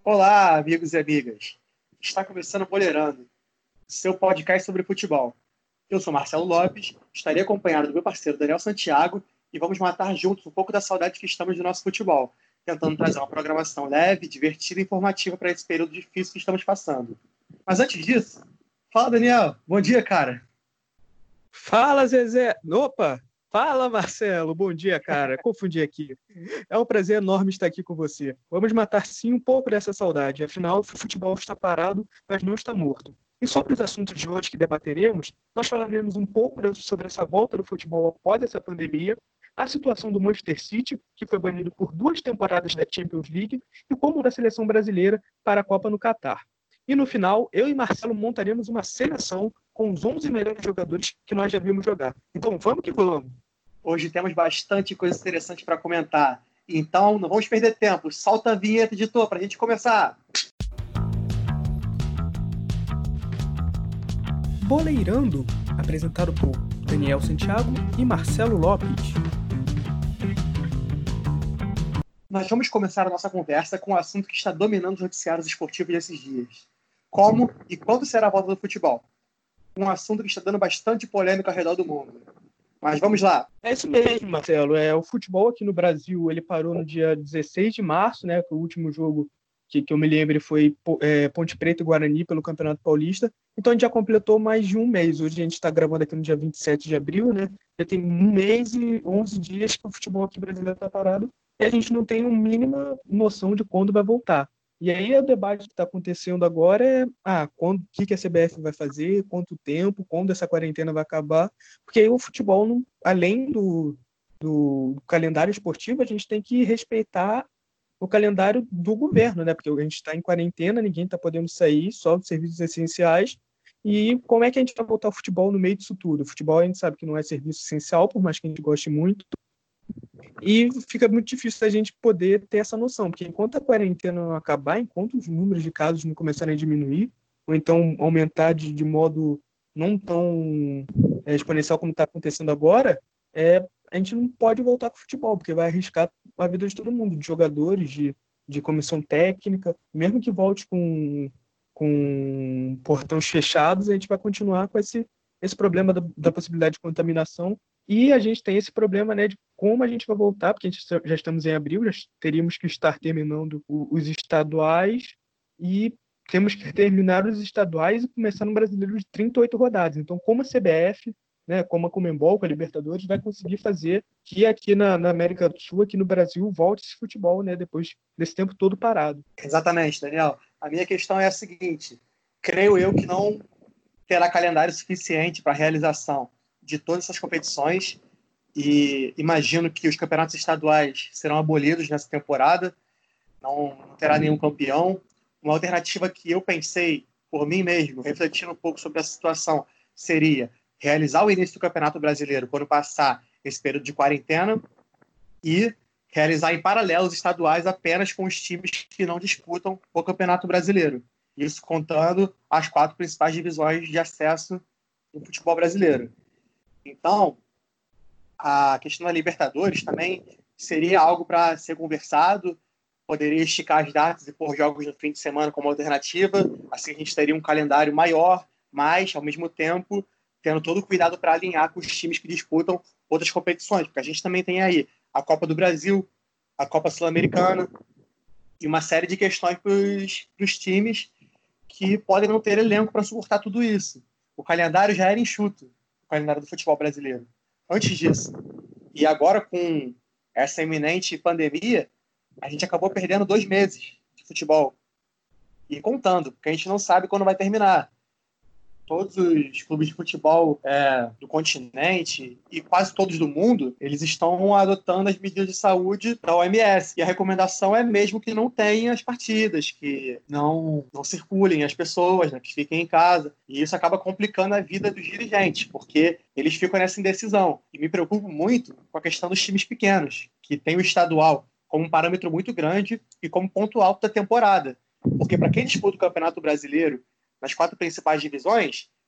Olá, amigos e amigas. Está começando o Boleirando, seu podcast sobre futebol. Eu sou Marcelo Lopes, estarei acompanhado do meu parceiro Daniel Santiago e vamos matar juntos um pouco da saudade que estamos do nosso futebol, tentando trazer uma programação leve, divertida e informativa para esse período difícil que estamos passando. Mas antes disso, fala Daniel, bom dia, cara. Fala, Zezé! Opa! Fala, Marcelo! Bom dia, cara. Confundi aqui. É um prazer enorme estar aqui com você. Vamos matar sim um pouco dessa saudade. Afinal, o futebol está parado, mas não está morto. E sobre os assuntos de hoje que debateremos, nós falaremos um pouco sobre essa volta do futebol após essa pandemia, a situação do Manchester City, que foi banido por 2 temporadas da Champions League, e o como da seleção brasileira para a Copa no Catar. E no final, eu e Marcelo montaremos uma seleção com os 11 melhores jogadores que nós já vimos jogar. Então, vamos que vamos! Hoje temos bastante coisa interessante para comentar. Então, não vamos perder tempo. Solta a vinheta, editor, para a gente começar. Boleirando, apresentado por Daniel Santiago e Marcelo Lopes. Nós vamos começar a nossa conversa com um assunto que está dominando os noticiários esportivos desses dias. Como e quando será a volta do futebol? Um assunto que está dando bastante polêmica ao redor do mundo. Mas vamos lá. É isso mesmo, Marcelo. O futebol aqui no Brasil, ele parou no dia 16 de março, né? Que o último jogo que eu me lembro foi Ponte Preta e Guarani pelo Campeonato Paulista. Então a gente já completou mais de um mês. Hoje a gente está gravando aqui no dia 27 de abril, né? Já tem um mês e 11 dias que o futebol aqui brasileiro está parado e a gente não tem uma mínima noção de quando vai voltar. E aí o debate que está acontecendo agora é o que a CBF vai fazer, quanto tempo, quando essa quarentena vai acabar, porque aí o futebol, além do calendário esportivo, a gente tem que respeitar o calendário do governo, né? Porque a gente está em quarentena, ninguém está podendo sair, só os serviços essenciais. E como é que a gente vai voltar ao futebol no meio disso tudo? O futebol a gente sabe que não é serviço essencial, por mais que a gente goste muito, e fica muito difícil a gente poder ter essa noção, porque enquanto a quarentena não acabar, enquanto os números de casos não começarem a diminuir, ou então aumentar de modo não tão exponencial como está acontecendo agora, a gente não pode voltar com o futebol, porque vai arriscar a vida de todo mundo, de jogadores, de comissão técnica, mesmo que volte com portões fechados, a gente vai continuar com esse problema da possibilidade de contaminação. E a gente tem esse problema, né, de como a gente vai voltar, porque a gente já estamos em abril, já teríamos que estar terminando os estaduais e temos que terminar os estaduais e começar no Brasileiro de 38 rodadas. Então, como a CBF, né, como a Conmebol, com a Libertadores, vai conseguir fazer que aqui na América do Sul, aqui no Brasil, volte esse futebol, né, depois desse tempo todo parado. Exatamente, Daniel. A minha questão é a seguinte: creio eu que não terá calendário suficiente para a realização de todas essas competições e imagino que os campeonatos estaduais serão abolidos nessa temporada, não terá nenhum campeão. Uma alternativa que eu pensei por mim mesmo, refletindo um pouco sobre a situação, seria realizar o início do Campeonato Brasileiro quando passar esse período de quarentena e realizar em paralelo os estaduais apenas com os times que não disputam o Campeonato Brasileiro. Isso contando as 4 principais divisões de acesso do futebol brasileiro. Então, a questão da Libertadores também seria algo para ser conversado, poderia esticar as datas e pôr jogos no fim de semana como alternativa, assim a gente teria um calendário maior, mas, ao mesmo tempo, tendo todo o cuidado para alinhar com os times que disputam outras competições, porque a gente também tem aí a Copa do Brasil, a Copa Sul-Americana e uma série de questões para os times que podem não ter elenco para suportar tudo isso. O calendário já era enxuto, o calendário do futebol brasileiro, antes disso. E agora, com essa iminente pandemia, a gente acabou perdendo 2 meses de futebol. E contando, porque a gente não sabe quando vai terminar. Todos os clubes de futebol do continente e quase todos do mundo, eles estão adotando as medidas de saúde da OMS. E a recomendação é mesmo que não tenha as partidas, que não circulem as pessoas, né, que fiquem em casa. E isso acaba complicando a vida dos dirigentes, porque eles ficam nessa indecisão. E me preocupo muito com a questão dos times pequenos, que tem o estadual como um parâmetro muito grande e como ponto alto da temporada. Porque para quem disputa o Campeonato Brasileiro nas 4 principais divisões,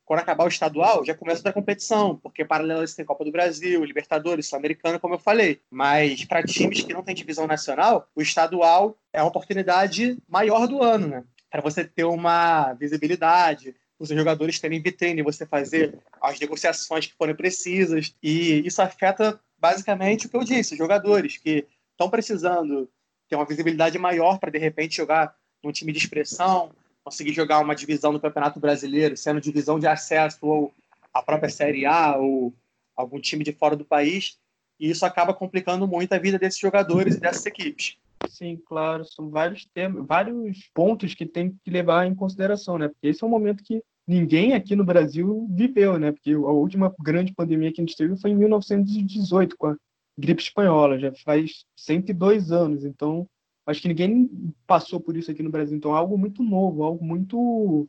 quando acabar o estadual, já começa outra competição, porque paralelo a isso tem Copa do Brasil, Libertadores, Sul-Americana, como eu falei. Mas para times que não têm divisão nacional, o estadual é a oportunidade maior do ano, né? Para você ter uma visibilidade, os jogadores terem vitrine, você fazer as negociações que forem precisas. E isso afeta basicamente o que eu disse, os jogadores que estão precisando ter uma visibilidade maior para, de repente, jogar num time de expressão, conseguir jogar uma divisão no Campeonato Brasileiro, sendo divisão de acesso ou a própria Série A ou algum time de fora do país, e isso acaba complicando muito a vida desses jogadores e dessas equipes. Sim, claro, são vários temas, vários pontos que tem que levar em consideração, né? Porque esse é um momento que ninguém aqui no Brasil viveu, né? Porque a última grande pandemia que a gente teve foi em 1918, com a gripe espanhola, já faz 102 anos, então acho que ninguém passou por isso aqui no Brasil, então é algo muito novo, algo muito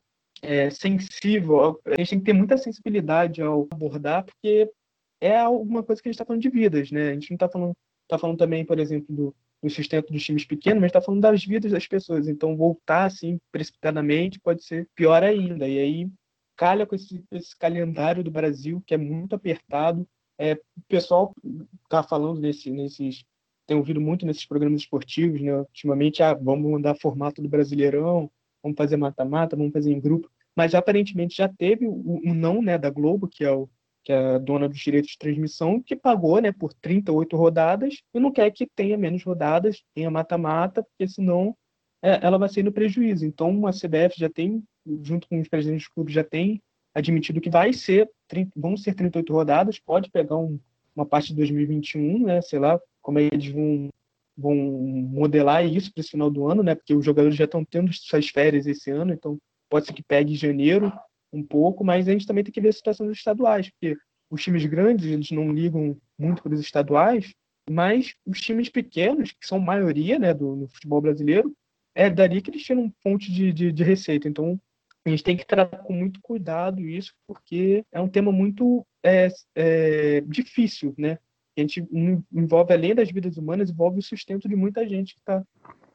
sensível, a gente tem que ter muita sensibilidade ao abordar, porque é alguma coisa que a gente está falando de vidas, né? A gente não está falando, tá falando também, por exemplo, do sustento dos times pequenos, mas está falando das vidas das pessoas. Então, voltar assim precipitadamente pode ser pior ainda. E aí calha com esse calendário do Brasil que é muito apertado. O pessoal está falando nesses, tem ouvido muito nesses programas esportivos, né? Ultimamente, vamos mudar formato do Brasileirão, vamos fazer mata-mata, vamos fazer em grupo. Mas aparentemente já teve o não, né, da Globo, que é a dona dos direitos de transmissão, que pagou, né, por 38 rodadas e não quer que tenha menos rodadas, tenha mata-mata, porque senão ela vai sair no prejuízo. Então a CBF já tem, junto com os presidentes dos clubes, já tem admitido que vão ser 38 rodadas, pode pegar uma parte de 2021, né, sei lá como é que eles vão modelar isso para esse final do ano, né, porque os jogadores já estão tendo suas férias esse ano, então pode ser que pegue em janeiro, um pouco, mas a gente também tem que ver a situação dos estaduais, porque os times grandes, eles não ligam muito para os estaduais, mas os times pequenos, que são maioria, né, no futebol brasileiro, é dali que eles tiram fonte de receita. Então, a gente tem que tratar com muito cuidado isso, porque é um tema muito difícil, né? A gente envolve, além das vidas humanas, envolve o sustento de muita gente que está.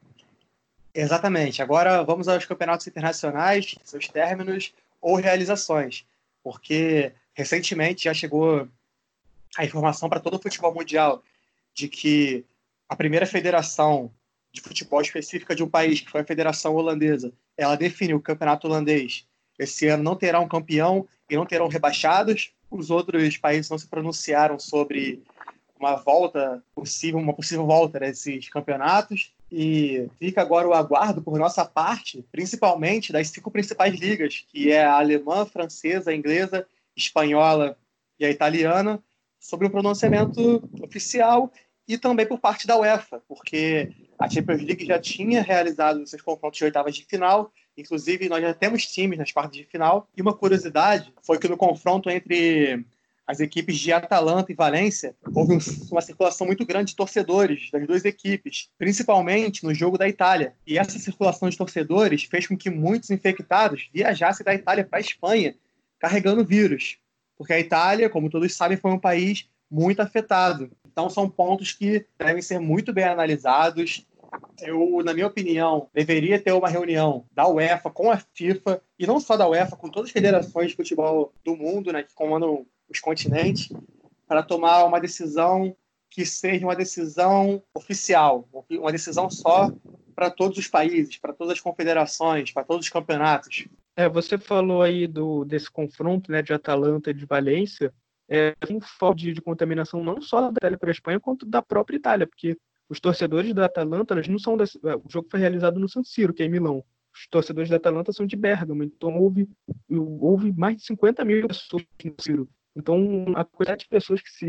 Exatamente. Agora vamos aos campeonatos internacionais, seus términos ou realizações, porque recentemente já chegou a informação para todo o futebol mundial de que a primeira federação de futebol específica de um país, que foi a Federação Holandesa, ela definiu o campeonato holandês. Esse ano não terá um campeão e não terão rebaixados. Os outros países não se pronunciaram sobre uma possível volta desses campeonatos. E fica agora o aguardo por nossa parte, principalmente das 5 principais ligas, que é a alemã, francesa, a inglesa, espanhola e a italiana, sobre o pronunciamento oficial e também por parte da UEFA, porque a Champions League já tinha realizado seus confrontos de oitavas de final, inclusive nós já temos times nas quartas de final, e uma curiosidade foi que no confronto entre as equipes de Atalanta e Valência, houve uma circulação muito grande de torcedores das duas equipes, principalmente no jogo da Itália. E essa circulação de torcedores fez com que muitos infectados viajassem da Itália para a Espanha, carregando vírus. Porque a Itália, como todos sabem, foi um país muito afetado. Então, são pontos que devem ser muito bem analisados. Eu, na minha opinião, deveria ter uma reunião da UEFA com a FIFA, e não só da UEFA, com todas as federações de futebol do mundo, né, que comandam os continentes, para tomar uma decisão que seja uma decisão oficial, uma decisão só para todos os países, para todas as confederações, para todos os campeonatos. Você falou aí desse confronto, né, de Atalanta e de Valência, um foco de contaminação não só da Itália para a Espanha, quanto da própria Itália, porque os torcedores da Atalanta, eles não são o jogo foi realizado no San Siro, que é em Milão. Os torcedores da Atalanta são de Bérgamo, então houve mais de 50 mil pessoas no San Siro. Então, a quantidade de pessoas que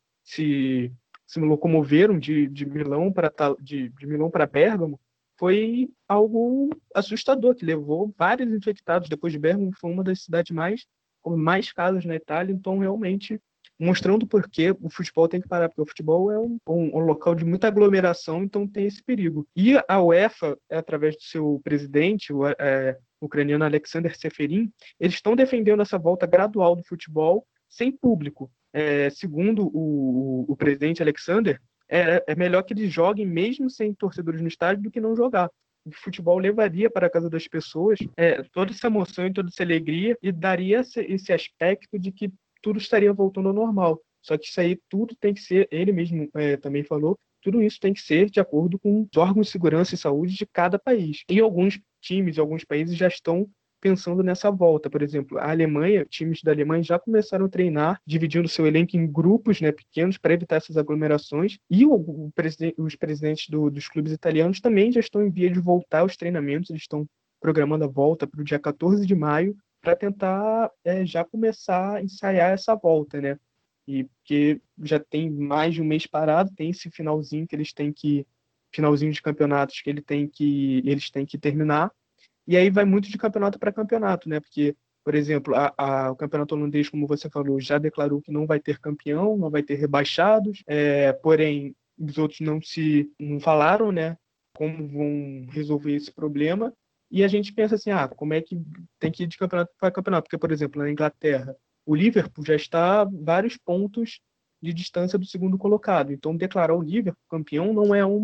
se locomoveram de Milão para Bérgamo foi algo assustador, que levou vários infectados. Depois de Bergamo, foi uma das cidades com mais casos na Itália, então realmente mostrando por que o futebol tem que parar, porque o futebol é um local de muita aglomeração, então tem esse perigo. E a UEFA, através do seu presidente, o ucraniano Alexander Seferin, eles estão defendendo essa volta gradual do futebol sem público. Segundo o presidente Alexander, é melhor que eles joguem mesmo sem torcedores no estádio do que não jogar. o futebol levaria para a casa das pessoas toda essa emoção e toda essa alegria e daria esse aspecto de que tudo estaria voltando ao normal. Só que isso aí tudo tem que ser, ele mesmo também falou, tudo isso tem que ser de acordo com os órgãos de segurança e saúde de cada país. E alguns times, alguns países já estão pensando nessa volta. Por exemplo, a Alemanha, times da Alemanha já começaram a treinar, dividindo seu elenco em grupos, né, pequenos, para evitar essas aglomerações. E os presidentes dos clubes italianos também já estão em via de voltar aos treinamentos, eles estão programando a volta para o dia 14 de maio, para tentar já começar a ensaiar essa volta, né? E porque já tem mais de um mês parado, tem esse finalzinho que finalzinho de campeonatos que eles têm que terminar. E aí vai muito de campeonato para campeonato, né? Porque, por exemplo, o campeonato holandês, como você falou, já declarou que não vai ter campeão, não vai ter rebaixados, porém os outros não falaram, né? Como vão resolver esse problema. E a gente pensa assim, como é que tem que ir de campeonato para campeonato? Porque, por exemplo, na Inglaterra, o Liverpool já está a vários pontos de distância do segundo colocado. Então, declarar o Liverpool campeão não é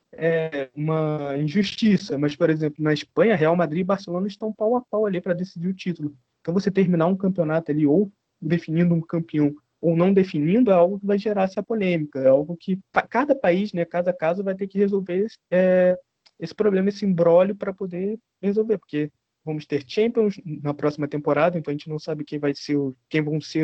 uma injustiça, mas, por exemplo, na Espanha, Real Madrid e Barcelona estão pau a pau ali para decidir o título. Então, você terminar um campeonato ali, ou definindo um campeão, ou não definindo, é algo que vai gerar essa polêmica, é algo que cada país, né, cada caso, vai ter que resolver esse problema, esse imbróglio para poder resolver, porque vamos ter Champions na próxima temporada, então a gente não sabe quem vão ser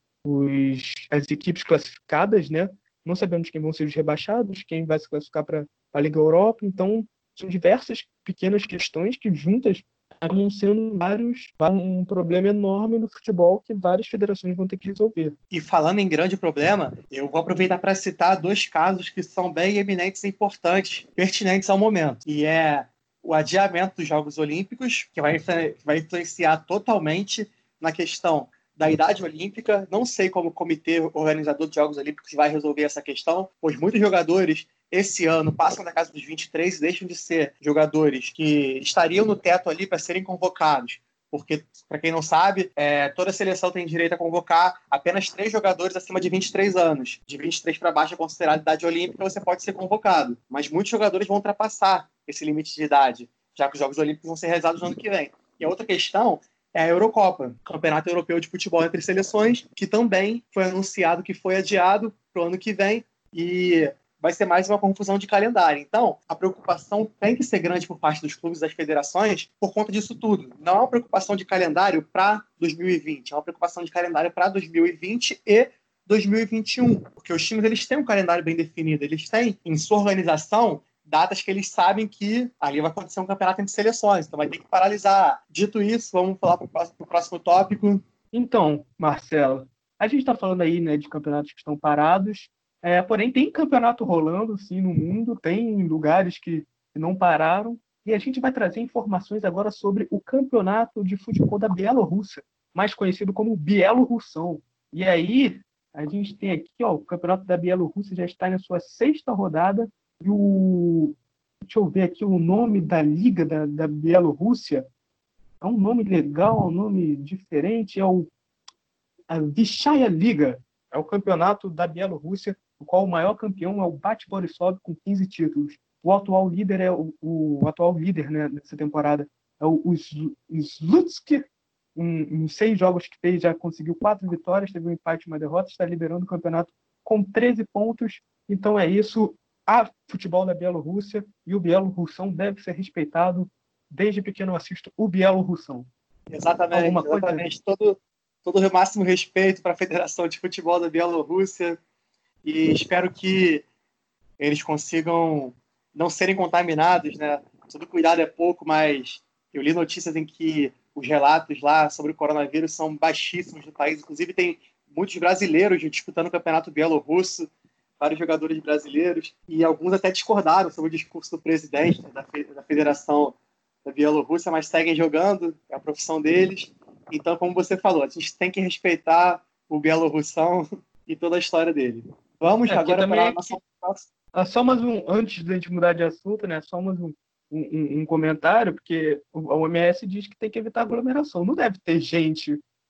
as equipes classificadas, né? Não sabemos quem vão ser os rebaixados, quem vai se classificar para a Liga Europa. Então, são diversas pequenas questões que juntas acabam sendo um problema enorme no futebol que várias federações vão ter que resolver. E falando em grande problema, eu vou aproveitar para citar dois casos que são bem eminentes e importantes, pertinentes ao momento. E é o adiamento dos Jogos Olímpicos, que vai influenciar totalmente na questão da idade olímpica. Não sei como o comitê organizador dos Jogos Olímpicos vai resolver essa questão, pois muitos jogadores esse ano passam da casa dos 23 e deixam de ser jogadores que estariam no teto ali para serem convocados. Porque, para quem não sabe, toda seleção tem direito a convocar apenas 3 jogadores acima de 23 anos. De 23 para baixo é considerado idade olímpica, você pode ser convocado. Mas muitos jogadores vão ultrapassar esse limite de idade, já que os Jogos Olímpicos vão ser realizados no ano que vem. E a outra questão é a Eurocopa, Campeonato Europeu de Futebol entre Seleções, que também foi anunciado que foi adiado para o ano que vem e vai ser mais uma confusão de calendário. Então, a preocupação tem que ser grande por parte dos clubes e das federações por conta disso tudo. Não é uma preocupação de calendário para 2020, é uma preocupação de calendário para 2020 e 2021, porque os times eles têm um calendário bem definido, eles têm em sua organização datas que eles sabem que ali vai acontecer um campeonato entre seleções, então vai ter que paralisar. Dito isso, vamos falar para o próximo tópico. Então, Marcelo, a gente está falando aí, né, de campeonatos que estão parados, porém tem campeonato rolando, sim, no mundo, tem lugares que não pararam, e a gente vai trazer informações agora sobre o campeonato de futebol da Bielorrússia, mais conhecido como Bielorrussão. E aí, a gente tem aqui, o campeonato da Bielorrússia já está na sua 6ª rodada, e deixa eu ver aqui o nome da liga da Bielorrússia. É um nome legal, um nome diferente. A Vysshaya Liga. É o campeonato da Bielorrússia, o qual o maior campeão é o Bate Borisov com 15 títulos. O atual líder o atual líder, né, nessa temporada é o Slutsk. Em 6 jogos que fez, já conseguiu 4 vitórias, teve um empate e uma derrota, está liderando o campeonato com 13 pontos. Então é isso. Há futebol da Bielorrússia e o Bielorrussão deve ser respeitado. Desde pequeno eu assisto o Bielorrussão. Exatamente. Todo o máximo respeito para a Federação de Futebol da Bielorrússia e espero que eles consigam não serem contaminados, né? Todo cuidado é pouco, mas eu li notícias em que os relatos lá sobre o coronavírus são baixíssimos no país. Inclusive tem muitos brasileiros disputando o campeonato bielorrusso, vários jogadores brasileiros, e alguns até discordaram sobre o discurso do presidente da Federação da Bielorrússia, mas seguem jogando, é a profissão deles. Então, como você falou, a gente tem que respeitar o Bielorrussão e toda a história dele. Vamos agora para a nossa próxima. Só mais antes de a gente mudar de assunto, né? Só mais um comentário, porque a OMS diz que tem que evitar aglomeração. Não deve ter gente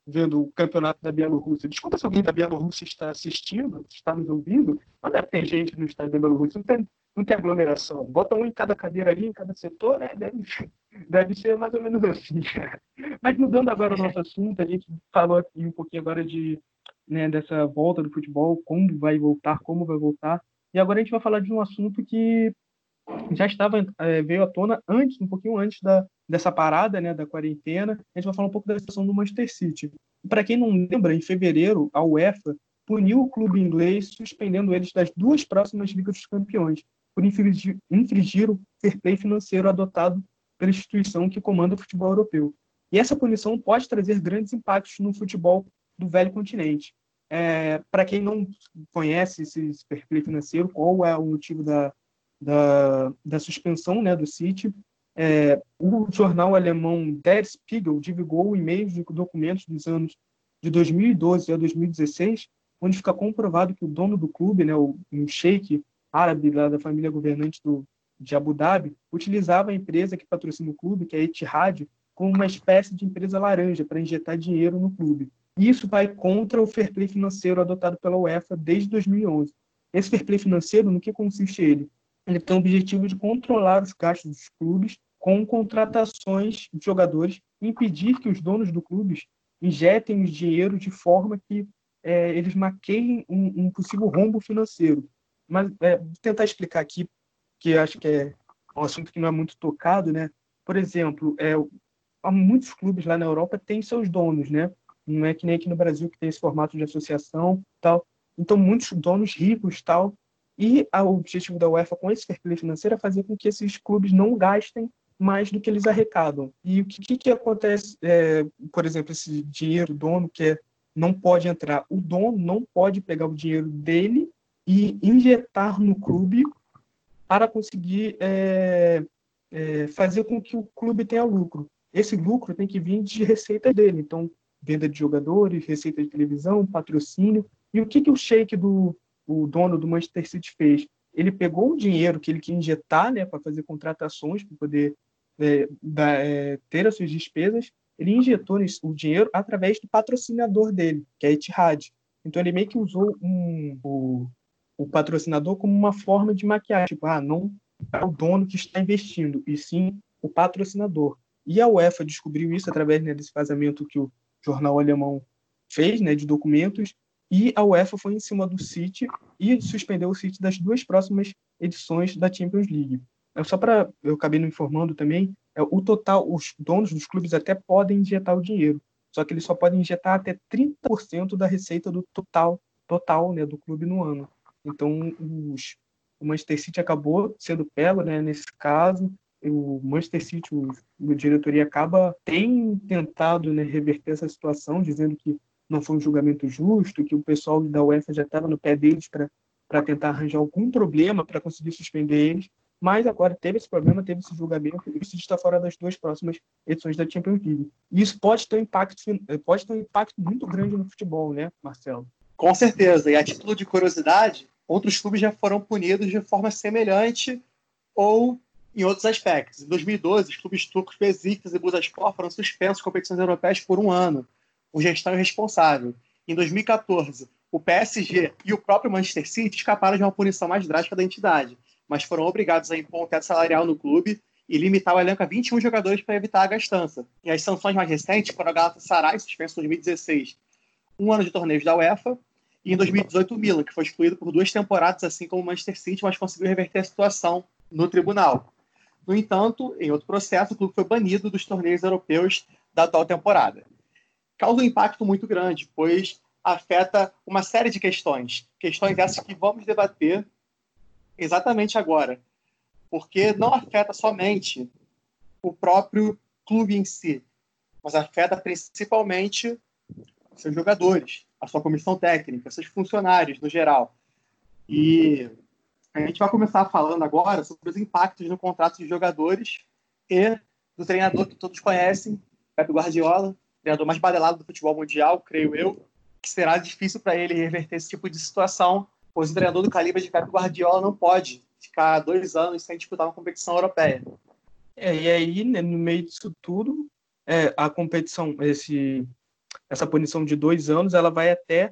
vendo o campeonato da Bielorrússia. Desculpa se alguém da Bielorrússia está assistindo, está nos ouvindo, mas deve ter gente no estádio da Bielorrússia, não tem aglomeração. Bota um em cada cadeira ali, em cada setor, né? Deve ser mais ou menos assim. Mas mudando agora o nosso assunto, a gente falou aqui um pouquinho agora né, dessa volta do futebol, como vai voltar. E agora a gente vai falar de um assunto que já veio à tona um pouquinho antes dessa parada, né, da quarentena. A gente vai falar um pouco da situação do Manchester City. Para quem não lembra, em fevereiro, a UEFA puniu o clube inglês, suspendendo eles das 2 próximas Ligas dos Campeões, por infringir o fair play financeiro adotado pela instituição que comanda o futebol europeu. E essa punição pode trazer grandes impactos no futebol do velho continente. Para quem não conhece esse fair play financeiro, qual é o motivo da suspensão, né, do City, o jornal alemão Der Spiegel divulgou e-mails de documentos dos anos de 2012 a 2016, onde fica comprovado que o dono do clube, né, um sheik árabe lá da família governante de Abu Dhabi, utilizava a empresa que patrocina o clube, que é a Etihad, como uma espécie de empresa laranja para injetar dinheiro no clube. E isso vai contra o fair play financeiro adotado pela UEFA desde 2011. Esse fair play financeiro, no que consiste ele? Ele tem o objetivo de controlar os gastos dos clubes com contratações de jogadores e impedir que os donos do clubes injetem o dinheiro de forma que eles maqueiem um possível rombo financeiro. Mas vou tentar explicar aqui, que acho que é um assunto que não é muito tocado, né? Por exemplo, há muitos clubes lá na Europa têm seus donos, né? Não é que nem aqui no Brasil que tem esse formato de associação, tal. Então, muitos donos ricos, tal. E o objetivo da UEFA com esse fair play financeiro é fazer com que esses clubes não gastem mais do que eles arrecadam. E o que acontece, por exemplo, esse dinheiro do dono não pode entrar. O dono não pode pegar o dinheiro dele e injetar no clube para conseguir fazer com que o clube tenha lucro. Esse lucro tem que vir de receita dele. Então, venda de jogadores, receita de televisão, patrocínio. E o que o sheik o dono do Manchester City fez? Ele pegou o dinheiro que ele queria injetar, né, para fazer contratações, para poder ter as suas despesas. Ele injetou o dinheiro através do patrocinador dele, que é a Etihad. Então, ele meio que usou o patrocinador como uma forma de maquiagem. Tipo, não é o dono que está investindo, e sim o patrocinador. E a UEFA descobriu isso através, né, desse vazamento que o jornal alemão fez, né, de documentos, e a UEFA foi em cima do City e suspendeu o City das 2 próximas edições da Champions League. Eu acabei não informando também, o total, os donos dos clubes até podem injetar o dinheiro, só que eles só podem injetar até 30% da receita do total, né, do clube no ano. Então, o Manchester City acabou sendo pego, né, nesse caso. O Manchester City, a diretoria tem tentado, né, reverter essa situação, dizendo que não foi um julgamento justo, que o pessoal da UEFA já estava no pé deles para tentar arranjar algum problema para conseguir suspender eles. Mas agora teve esse problema, teve esse julgamento, e o City está fora das 2 próximas edições da Champions League. E isso pode ter um impacto muito grande no futebol, né, Marcelo? Com certeza. E a título de curiosidade, outros clubes já foram punidos de forma semelhante ou em outros aspectos. Em 2012, os clubes turcos Besiktas e Bursaspor foram suspensos de competições europeias por 1 ano, por gestão irresponsável. Em 2014, o PSG e o próprio Manchester City escaparam de uma punição mais drástica da entidade, mas foram obrigados a impor um teto salarial no clube e limitar o elenco a 21 jogadores para evitar a gastança. E as sanções mais recentes foram a Galatasaray, suspenso em 2016, 1 ano de torneios da UEFA, e em 2018 o Milan, que foi excluído por 2 temporadas, assim como o Manchester City, mas conseguiu reverter a situação no tribunal. No entanto, em outro processo, o clube foi banido dos torneios europeus da atual temporada. Causa um impacto muito grande, pois afeta uma série de questões essas que vamos debater exatamente agora, porque não afeta somente o próprio clube em si, mas afeta principalmente seus jogadores, a sua comissão técnica, seus funcionários no geral. E a gente vai começar falando agora sobre os impactos no contrato de jogadores e do treinador que todos conhecem, Pep Guardiola, treinador mais badalado do futebol mundial, creio eu, que será difícil para ele reverter esse tipo de situação, pois o treinador do calibre de Pep Guardiola não pode ficar 2 anos sem disputar uma competição europeia. E aí, né, no meio disso tudo, a competição, essa punição de 2 anos, ela vai até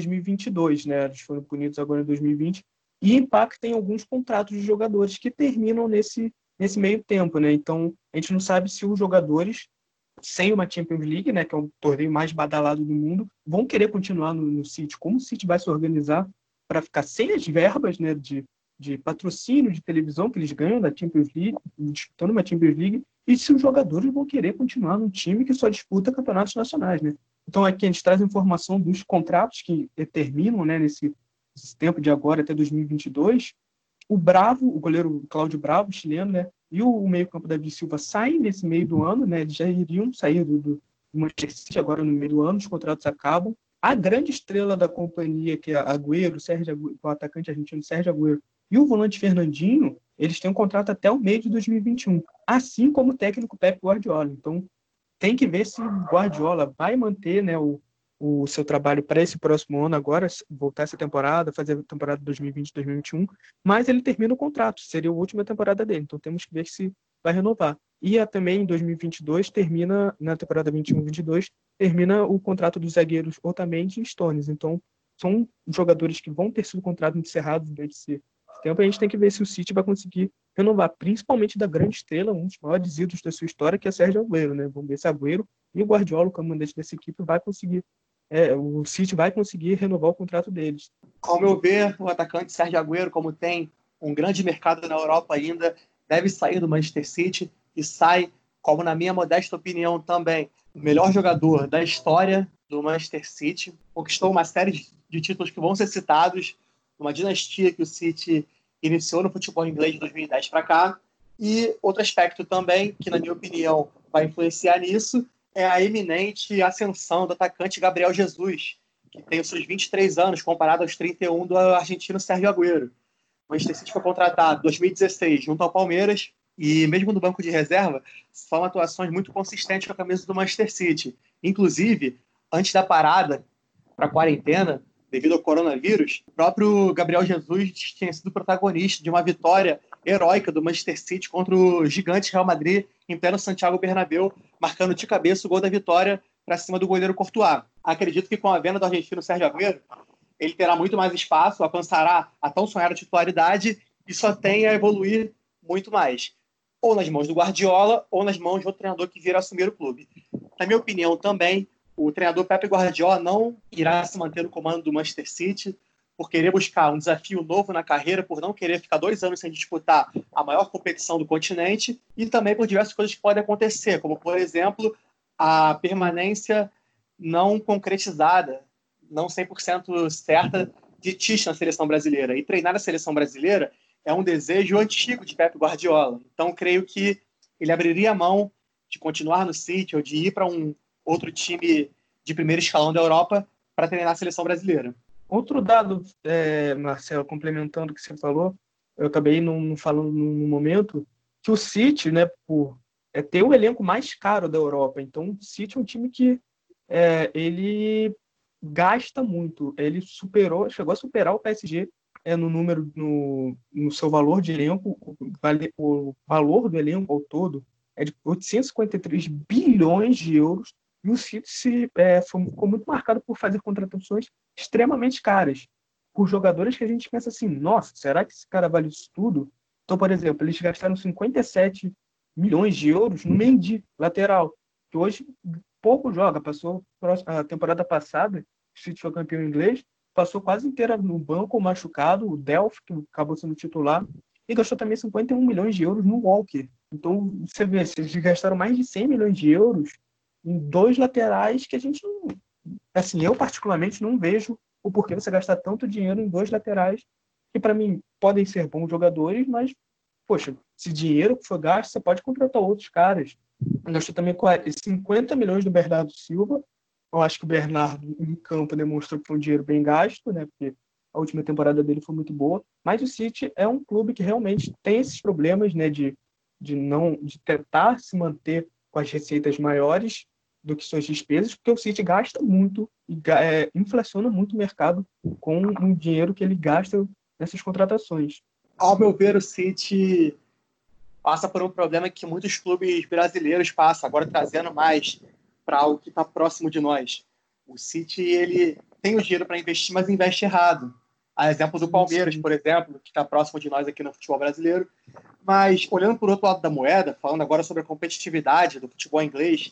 2022, né? Eles foram punidos agora em 2020 e impacta em alguns contratos de jogadores que terminam nesse meio tempo, né? Então, a gente não sabe se os jogadores, sem uma Champions League, né, que é o torneio mais badalado do mundo, vão querer continuar no City. Como o City vai se organizar para ficar sem as verbas, né, de patrocínio de televisão que eles ganham da Champions League, disputando uma Champions League, e se os jogadores vão querer continuar num time que só disputa campeonatos nacionais, né? Então, aqui a gente traz a informação dos contratos que terminam, né, nesse tempo de agora até 2022. O Bravo, o goleiro Cláudio Bravo, chileno, né, e o meio-campo Davi Silva saem nesse meio do ano, né, eles já iriam sair do Manchester City agora no meio do ano, os contratos acabam. A grande estrela da companhia, que é Agüero, o atacante argentino Sérgio Agüero, e o volante Fernandinho, eles têm um contrato até o meio de 2021, assim como o técnico Pep Guardiola. Então, tem que ver se o Guardiola vai manter, né, o seu trabalho para esse próximo ano agora, voltar essa temporada, fazer a temporada 2020-2021, mas ele termina o contrato, seria a última temporada dele, então temos que ver se vai renovar. E também em 2022, termina, na temporada 21-22, termina o contrato dos zagueiros Otamendi e Stones, então são jogadores que vão ter sido contratos encerrados durante esse tempo, a gente tem que ver se o City vai conseguir renovar, principalmente da grande estrela, um dos maiores ídolos da sua história, que é Sérgio Agüero, né? Vamos ver se Agüero e o Guardiola, o comandante dessa equipe, vai conseguir, o City vai conseguir renovar o contrato deles. Ao meu ver, o atacante Sérgio Agüero, como tem um grande mercado na Europa ainda, deve sair do Manchester City e sai, como na minha modesta opinião também, o melhor jogador da história do Manchester City. Conquistou uma série de títulos que vão ser citados, uma dinastia que o City iniciou no futebol inglês de 2010 para cá. E outro aspecto também, que na minha opinião vai influenciar nisso, é a eminente ascensão do atacante Gabriel Jesus, que tem os seus 23 anos, comparado aos 31 do argentino Sérgio Agüero. O Manchester City foi contratado em 2016 junto ao Palmeiras e, mesmo no banco de reserva, são atuações muito consistentes com a camisa do Manchester City. Inclusive, antes da parada para a quarentena, devido ao coronavírus, o próprio Gabriel Jesus tinha sido protagonista de uma vitória heróica do Manchester City contra o gigante Real Madrid em pleno Santiago Bernabéu, marcando de cabeça o gol da vitória para cima do goleiro Courtois. Acredito que com a venda do argentino Sérgio Agüero, ele terá muito mais espaço, alcançará a tão sonhada titularidade e só tem a evoluir muito mais. Ou nas mãos do Guardiola, ou nas mãos de outro treinador que vier assumir o clube. Na minha opinião também, o treinador Pep Guardiola não irá se manter no comando do Manchester City por querer buscar um desafio novo na carreira, por não querer ficar 2 anos sem disputar a maior competição do continente e também por diversas coisas que podem acontecer, como, por exemplo, a permanência não concretizada, não 100% certa de Tite na seleção brasileira. E treinar a seleção brasileira é um desejo antigo de Pep Guardiola. Então, creio que ele abriria a mão de continuar no City ou de ir para um outro time de primeiro escalão da Europa para treinar a seleção brasileira. Outro dado, Marcelo, complementando o que você falou, eu acabei não falando no momento, que o City, né, por ter o elenco mais caro da Europa. Então, o City é um time que ele gasta muito. Ele chegou a superar o PSG no número, no seu valor de elenco. O valor do elenco ao todo é de 853 bilhões de euros. E o City ficou muito marcado por fazer contratações extremamente caras, por jogadores que a gente pensa assim, nossa, será que esse cara vale isso tudo? Então, por exemplo, eles gastaram 57 milhões de euros no Mendy, lateral, que hoje pouco joga, passou a temporada passada, o City foi campeão inglês, passou quase inteira no banco, machucado, o Delph, que acabou sendo titular, e gastou também 51 milhões de euros no Walker. Então, você vê, eles gastaram mais de 100 milhões de euros em 2 laterais que a gente não... Assim, eu particularmente não vejo o porquê você gastar tanto dinheiro em 2 laterais que, para mim, podem ser bons jogadores, mas, poxa, se dinheiro for gasto, você pode contratar outros caras. Gastou também 50 milhões do Bernardo Silva. Eu acho que o Bernardo, em campo, demonstrou que foi um dinheiro bem gasto, né? Porque a última temporada dele foi muito boa. Mas o City é um clube que realmente tem esses problemas, né? De tentar se manter com as receitas maiores do que suas despesas, porque o City gasta muito e inflaciona muito o mercado com o dinheiro que ele gasta nessas contratações. Ao meu ver, o City passa por um problema que muitos clubes brasileiros passam, agora trazendo mais para algo que está próximo de nós. O City, ele tem o dinheiro para investir, mas investe errado. Há exemplo do Palmeiras, por exemplo, que está próximo de nós aqui no futebol brasileiro. Mas, olhando por outro lado da moeda, falando agora sobre a competitividade do futebol inglês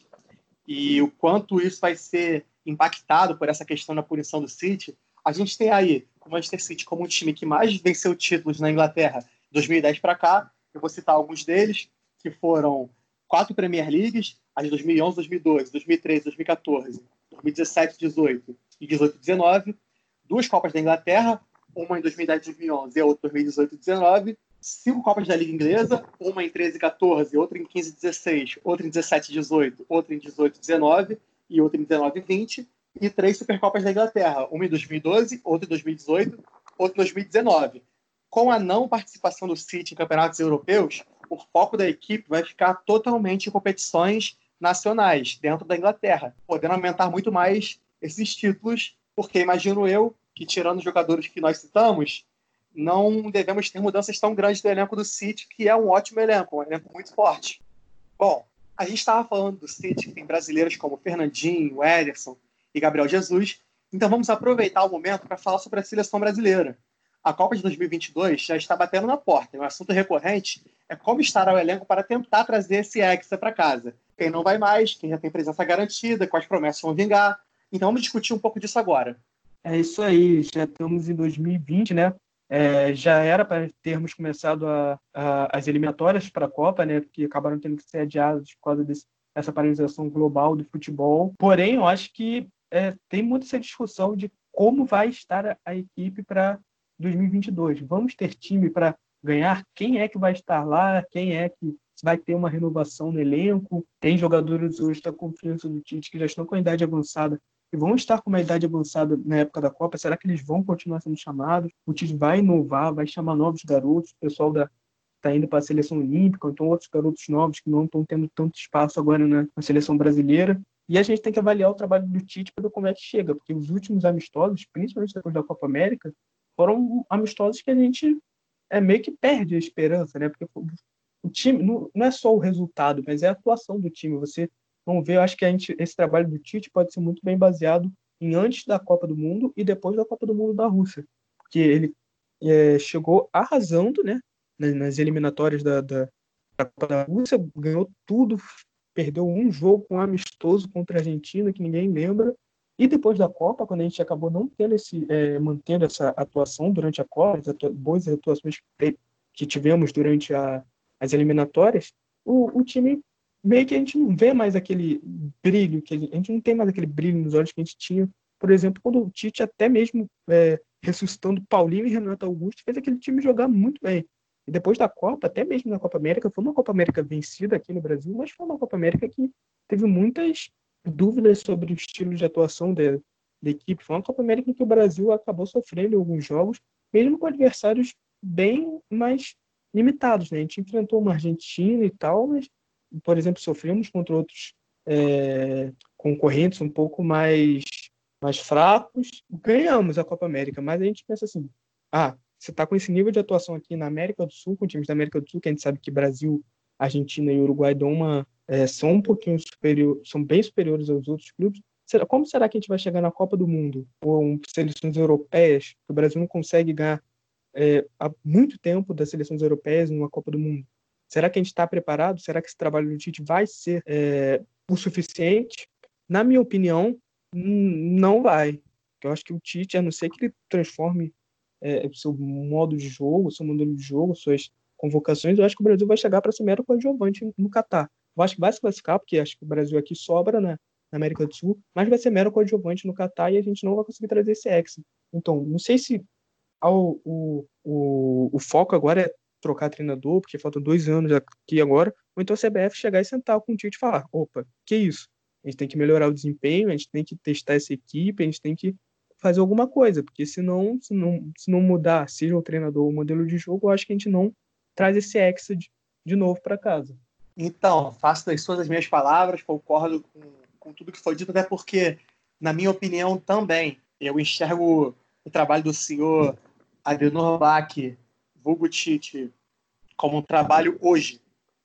e o quanto isso vai ser impactado por essa questão da punição do City, a gente tem aí o Manchester City como um time que mais venceu títulos na Inglaterra de 2010 para cá. Eu vou citar alguns deles, que foram 4 Premier Leagues, as de 2011, 2012, 2013, 2014, 2017, 18 e 18, 19, 2 Copas da Inglaterra, uma em 2010, 2011 e a outra em 2018 e 19, 5 Copas da Liga Inglesa, uma em 13 e 14, outra em 15 e 16, outra em 17 e 18, outra em 18 e 19 e outra em 19 e 20, e 3 Supercopas da Inglaterra, uma em 2012, outra em 2018, outra em 2019. Com a não participação do City em campeonatos europeus, o foco da equipe vai ficar totalmente em competições nacionais, dentro da Inglaterra, podendo aumentar muito mais esses títulos, porque imagino eu que, tirando os jogadores que nós citamos, não devemos ter mudanças tão grandes do elenco do City, que é um ótimo elenco, um elenco muito forte. Bom, a gente estava falando do City, que tem brasileiros como Fernandinho, Ederson e Gabriel Jesus, então vamos aproveitar o momento para falar sobre a seleção brasileira. A Copa de 2022 já está batendo na porta, e um assunto recorrente é como estará o elenco para tentar trazer esse Hexa para casa. Quem não vai mais, quem já tem presença garantida, quais promessas vão vingar. Então vamos discutir um pouco disso agora. É isso aí, já estamos em 2020, né? Já era para termos começado as eliminatórias para a Copa, né? Que acabaram tendo que ser adiadas por causa dessa paralisação global do futebol. Porém, eu acho que tem muito essa discussão de como vai estar a equipe para 2022. Vamos ter time para ganhar? Quem é que vai estar lá? Quem é que vai ter uma renovação no elenco? Tem jogadores hoje da confiança do Tite que já estão com a idade avançada e vão estar com uma idade avançada na época da Copa. Será que eles vão continuar sendo chamados? O Tite vai inovar, vai chamar novos garotos, o pessoal está indo para a seleção olímpica, então outros garotos novos que não estão tendo tanto espaço agora na seleção brasileira. E a gente tem que avaliar o trabalho do Tite para ver como é que chega, porque os últimos amistosos, principalmente depois da Copa América, foram amistosos que a gente meio que perde a esperança, né? Porque o time não é só o resultado, mas é a atuação do time. Vamos ver, eu acho que esse trabalho do Tite pode ser muito bem baseado em antes da Copa do Mundo e depois da Copa do Mundo da Rússia, porque ele chegou arrasando, né, nas eliminatórias da Copa da Rússia, ganhou tudo, perdeu um jogo com um amistoso contra a Argentina, que ninguém lembra, e depois da Copa, quando a gente acabou não tendo mantendo essa atuação durante a Copa, boas atuações que tivemos durante as eliminatórias, o time meio que a gente não vê mais aquele brilho, a gente não tem mais aquele brilho nos olhos que a gente tinha, por exemplo, quando o Tite, até mesmo ressuscitando Paulinho e Renato Augusto, fez aquele time jogar muito bem. E depois da Copa, até mesmo na Copa América, foi uma Copa América vencida aqui no Brasil, mas foi uma Copa América que teve muitas dúvidas sobre o estilo de atuação da equipe. Foi uma Copa América em que o Brasil acabou sofrendo em alguns jogos, mesmo com adversários bem mais limitados, né? A gente enfrentou uma Argentina e tal, mas, por exemplo, sofremos contra outros concorrentes um pouco mais fracos. Ganhamos a Copa América, mas a gente pensa assim, você está com esse nível de atuação aqui na América do Sul, com times da América do Sul, que a gente sabe que Brasil, Argentina e Uruguai são um pouquinho são bem superiores aos outros clubes. Como será que a gente vai chegar na Copa do Mundo ou seleções europeias, que o Brasil não consegue ganhar há muito tempo das seleções europeias numa Copa do Mundo? Será que a gente está preparado? Será que esse trabalho do Tite vai ser o suficiente? Na minha opinião, não vai. Eu acho que o Tite, a não ser que ele transforme seu modo de jogo, seu modelo de jogo, suas convocações, eu acho que o Brasil vai chegar para ser mero coadjuvante no Catar. Eu acho que vai se classificar, porque acho que o Brasil aqui sobra na América do Sul, mas vai ser mero coadjuvante no Catar e a gente não vai conseguir trazer esse Hexa. Então, não sei se o foco agora é trocar treinador, porque faltam 2 anos aqui agora, ou então a CBF chegar e sentar com o Tite e falar, opa, que isso? A gente tem que melhorar o desempenho, a gente tem que testar essa equipe, a gente tem que fazer alguma coisa, porque se não mudar, seja o treinador ou o modelo de jogo, eu acho que a gente não traz esse Hexa de novo para casa. Então, faço das suas as minhas palavras, concordo com tudo que foi dito, até porque, na minha opinião, também, eu enxergo o trabalho do senhor Adenor Bach, vulgo Tite, como um trabalho hoje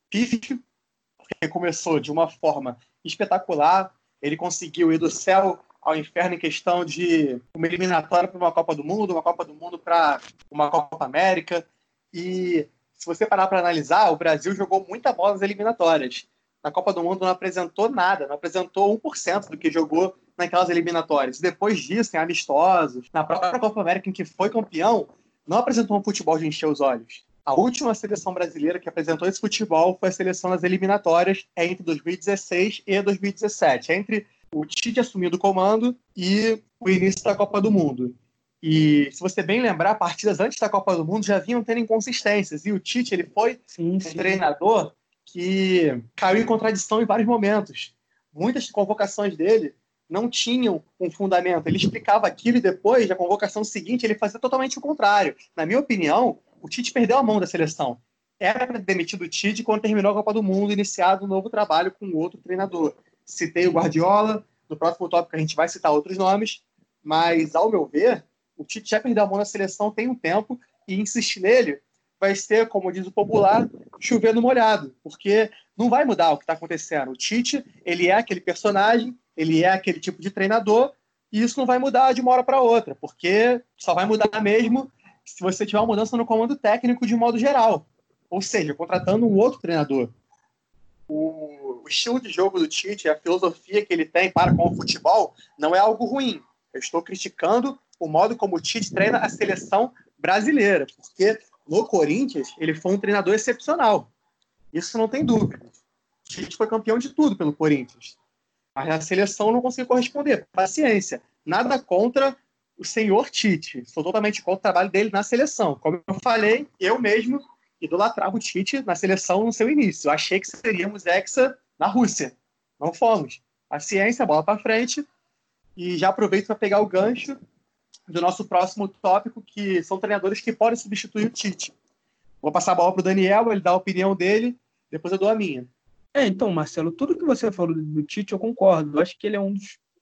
pífio, porque começou de uma forma espetacular, ele conseguiu ir do céu ao inferno em questão de uma eliminatória para uma Copa do Mundo para uma Copa América. E se você parar para analisar, o Brasil jogou muita bola nas eliminatórias. Na Copa do Mundo não apresentou nada, não apresentou 1% do que jogou naquelas eliminatórias. Depois disso, em amistosos, na própria Copa América em que foi campeão, não apresentou um futebol de encher os olhos. A última seleção brasileira que apresentou esse futebol foi a seleção nas eliminatórias entre 2016 e 2017, entre o Tite assumindo o comando e o início da Copa do Mundo. E se você bem lembrar, partidas antes da Copa do Mundo já vinham tendo inconsistências. E o Tite, ele foi um treinador que caiu em contradição em vários momentos. Muitas convocações dele não tinham um fundamento. Ele explicava aquilo e depois, na convocação seguinte, ele fazia totalmente o contrário. Na minha opinião, o Tite perdeu a mão da seleção. Era para ter demitido o Tite quando terminou a Copa do Mundo, iniciado um novo trabalho com outro treinador. Citei o Guardiola, no próximo tópico a gente vai citar outros nomes, mas, ao meu ver, o Tite já perdeu a mão na seleção tem um tempo e insistir nele vai ser, como diz o popular, chover no molhado, porque não vai mudar o que está acontecendo. O Tite, ele é aquele personagem, ele é aquele tipo de treinador, e isso não vai mudar de uma hora para outra, porque só vai mudar mesmo se você tiver uma mudança no comando técnico de modo geral, ou seja, contratando um outro treinador. O estilo de jogo do Tite, a filosofia que ele tem para com o futebol, não é algo ruim. Eu estou criticando o modo como o Tite treina a seleção brasileira, porque no Corinthians ele foi um treinador excepcional. Isso não tem dúvida. O Tite foi campeão de tudo pelo Corinthians. Mas a seleção não conseguiu corresponder. Paciência. Nada contra o senhor Tite. Sou totalmente contra o trabalho dele na seleção. Como eu falei, eu mesmo idolatrava o Tite na seleção no seu início. Eu achei que seríamos hexa na Rússia. Não fomos. Paciência, bola para frente. E já aproveito para pegar o gancho do nosso próximo tópico, que são treinadores que podem substituir o Tite. Vou passar a bola para o Daniel, ele dá a opinião dele, depois eu dou a minha. Então, Marcelo, tudo que você falou do Tite eu concordo. Eu acho que ele é um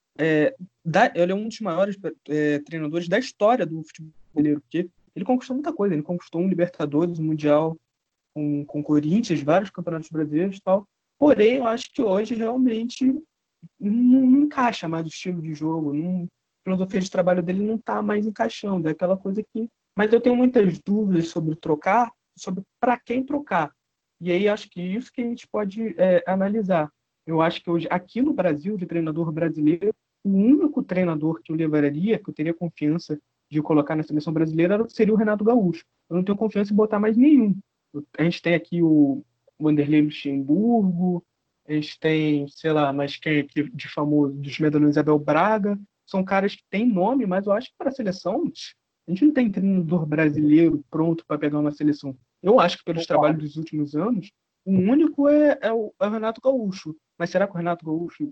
dos maiores treinadores da história do futebol brasileiro, porque ele conquistou muita coisa. Ele conquistou um Libertadores, um Mundial com Corinthians, vários campeonatos brasileiros e tal. Porém, eu acho que hoje realmente não encaixa mais o estilo de jogo, a filosofia de trabalho dele não está mais encaixando. É aquela coisa que... Mas eu tenho muitas dúvidas sobre trocar, sobre para quem trocar. E aí acho que isso que a gente pode analisar. Eu acho que hoje, aqui no Brasil, de treinador brasileiro, o único treinador que eu levaria, que eu teria confiança de colocar na seleção brasileira, seria o Renato Gaúcho. Eu não tenho confiança em botar mais nenhum. A gente tem aqui o Wanderlei Luxemburgo, a gente tem, sei lá, mas quem aqui de famoso, dos medalhões, Abel Braga. São caras que têm nome, mas eu acho que para a seleção, a gente não tem treinador brasileiro pronto para pegar uma seleção. Eu acho que pelos trabalhos dos últimos anos, o único é o Renato Gaúcho. Mas será que o Renato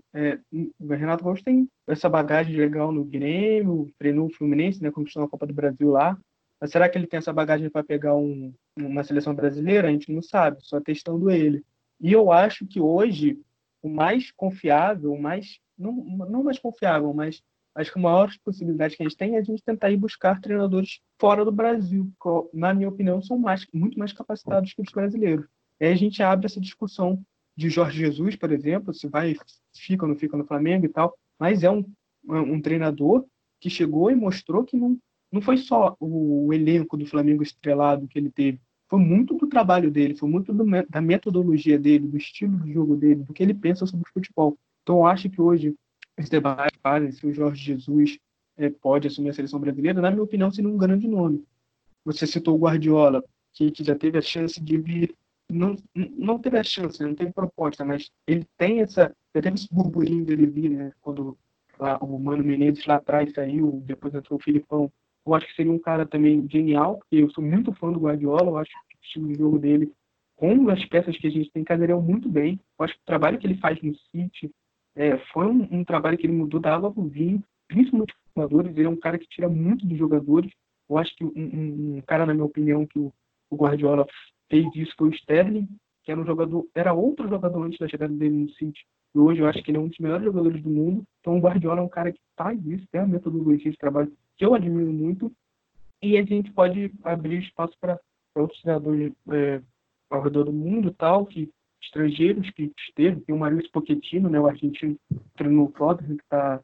Gaúcho tem essa bagagem legal no Grêmio, treinou o Fluminense, né, conquistou a Copa do Brasil lá? Mas será que ele tem essa bagagem para pegar uma seleção brasileira? A gente não sabe, só testando ele. E eu acho que hoje o mais confiável, não mais confiável, mas acho que a maior possibilidade que a gente tem é a gente tentar ir buscar treinadores fora do Brasil, que, na minha opinião, são muito mais capacitados que os brasileiros. E aí a gente abre essa discussão de Jorge Jesus, por exemplo, se fica ou não fica no Flamengo e tal, mas é um treinador que chegou e mostrou que não foi só o elenco do Flamengo estrelado que ele teve, foi muito do trabalho dele, foi muito da metodologia dele, do estilo de jogo dele, do que ele pensa sobre o futebol. Então eu acho que hoje esse debate fazem se o Jorge Jesus pode assumir a seleção brasileira, na minha opinião, seria um grande nome. Você citou o Guardiola, que já teve a chance de vir, não teve a chance, não teve proposta, mas ele tem já teve esse burburinho dele vir, né, quando o Mano Menezes lá atrás saiu, depois entrou o Filipão. Eu acho que seria um cara também genial, porque eu sou muito fã do Guardiola, eu acho que o estilo de jogo dele, com as peças que a gente tem, casariam muito bem. Eu acho que o trabalho que ele faz no City foi um trabalho que ele mudou da água para o vinho, principalmente com os jogadores. Ele é um cara que tira muito dos jogadores. Eu acho que um cara, na minha opinião, que o Guardiola fez isso foi o Sterling, que era outro jogador antes da chegada dele no City. E hoje eu acho que ele é um dos melhores jogadores do mundo. Então o Guardiola é um cara que faz isso, tem a metodologia de trabalho que eu admiro muito. E a gente pode abrir espaço para outros treinadores ao redor do mundo, tal, estrangeiros que esteve. Tem o Mauricio Pochettino, né, o argentino, treinou o Tottenham, que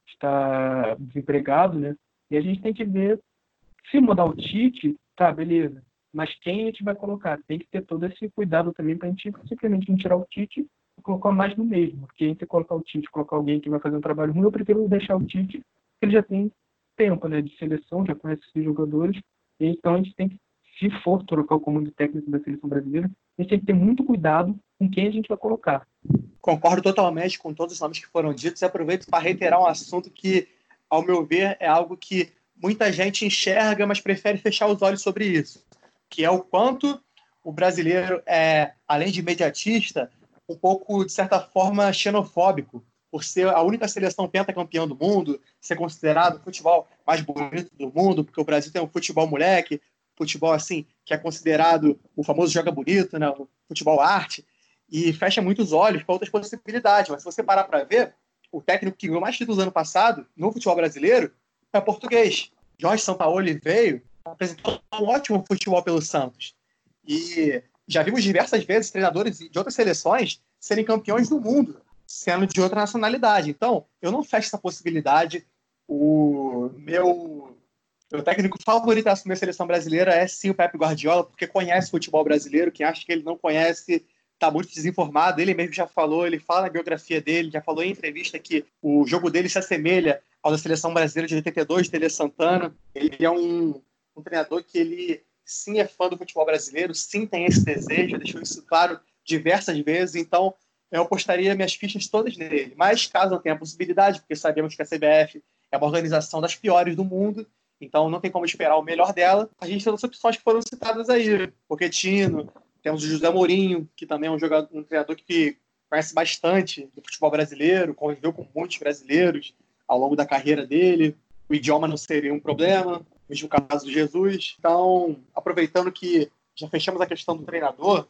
está desempregado, né? E a gente tem que ver, se mudar o Tite, tá, beleza. Mas quem a gente vai colocar? Tem que ter todo esse cuidado também para a gente simplesmente não tirar o Tite e colocar mais do mesmo. Porque entre colocar o Tite, colocar alguém que vai fazer um trabalho ruim, eu prefiro deixar o Tite, porque ele já tem tempo, né, de seleção, já conhece esses jogadores. E então a gente tem que, se for trocar o comando técnico da seleção brasileira, a gente tem que ter muito cuidado com quem a gente vai colocar. Concordo totalmente com todos os nomes que foram ditos e aproveito para reiterar um assunto que, ao meu ver, é algo que muita gente enxerga, mas prefere fechar os olhos sobre isso, que é o quanto o brasileiro é, além de imediatista, um pouco, de certa forma, xenofóbico, por ser a única seleção pentacampeã do mundo, ser considerado o futebol mais bonito do mundo, porque o Brasil tem um futebol moleque, futebol assim, que é considerado o famoso joga bonito, né, o futebol arte, e fecha muitos olhos para outras possibilidades. Mas se você parar para ver, o técnico que ganhou mais títulos ano passado no futebol brasileiro é português. Jorge Sampaoli veio, apresentou um ótimo futebol pelo Santos. E já vimos diversas vezes treinadores de outras seleções serem campeões do mundo, sendo de outra nacionalidade. Então, eu não fecho essa possibilidade. O meu técnico favorito a assumir a seleção brasileira é sim o Pepe Guardiola, porque conhece o futebol brasileiro. Quem acha que ele não conhece está muito desinformado. Ele mesmo já falou, ele fala na biografia dele, já falou em entrevista que o jogo dele se assemelha ao da seleção brasileira de 82, de Tele Santana. Ele é um treinador que ele sim é fã do futebol brasileiro, sim tem esse desejo, deixou isso claro diversas vezes. Então, eu apostaria minhas fichas todas nele. Mas caso não tenha a possibilidade, porque sabemos que a CBF é uma organização das piores do mundo, então não tem como esperar o melhor dela, a gente tem as opções que foram citadas aí. Pochettino, temos o José Mourinho, que também é um treinador que conhece bastante do futebol brasileiro, conviveu com muitos brasileiros ao longo da carreira dele. O idioma não seria um problema, mesmo caso do Jesus. Então, aproveitando que já fechamos a questão do treinador,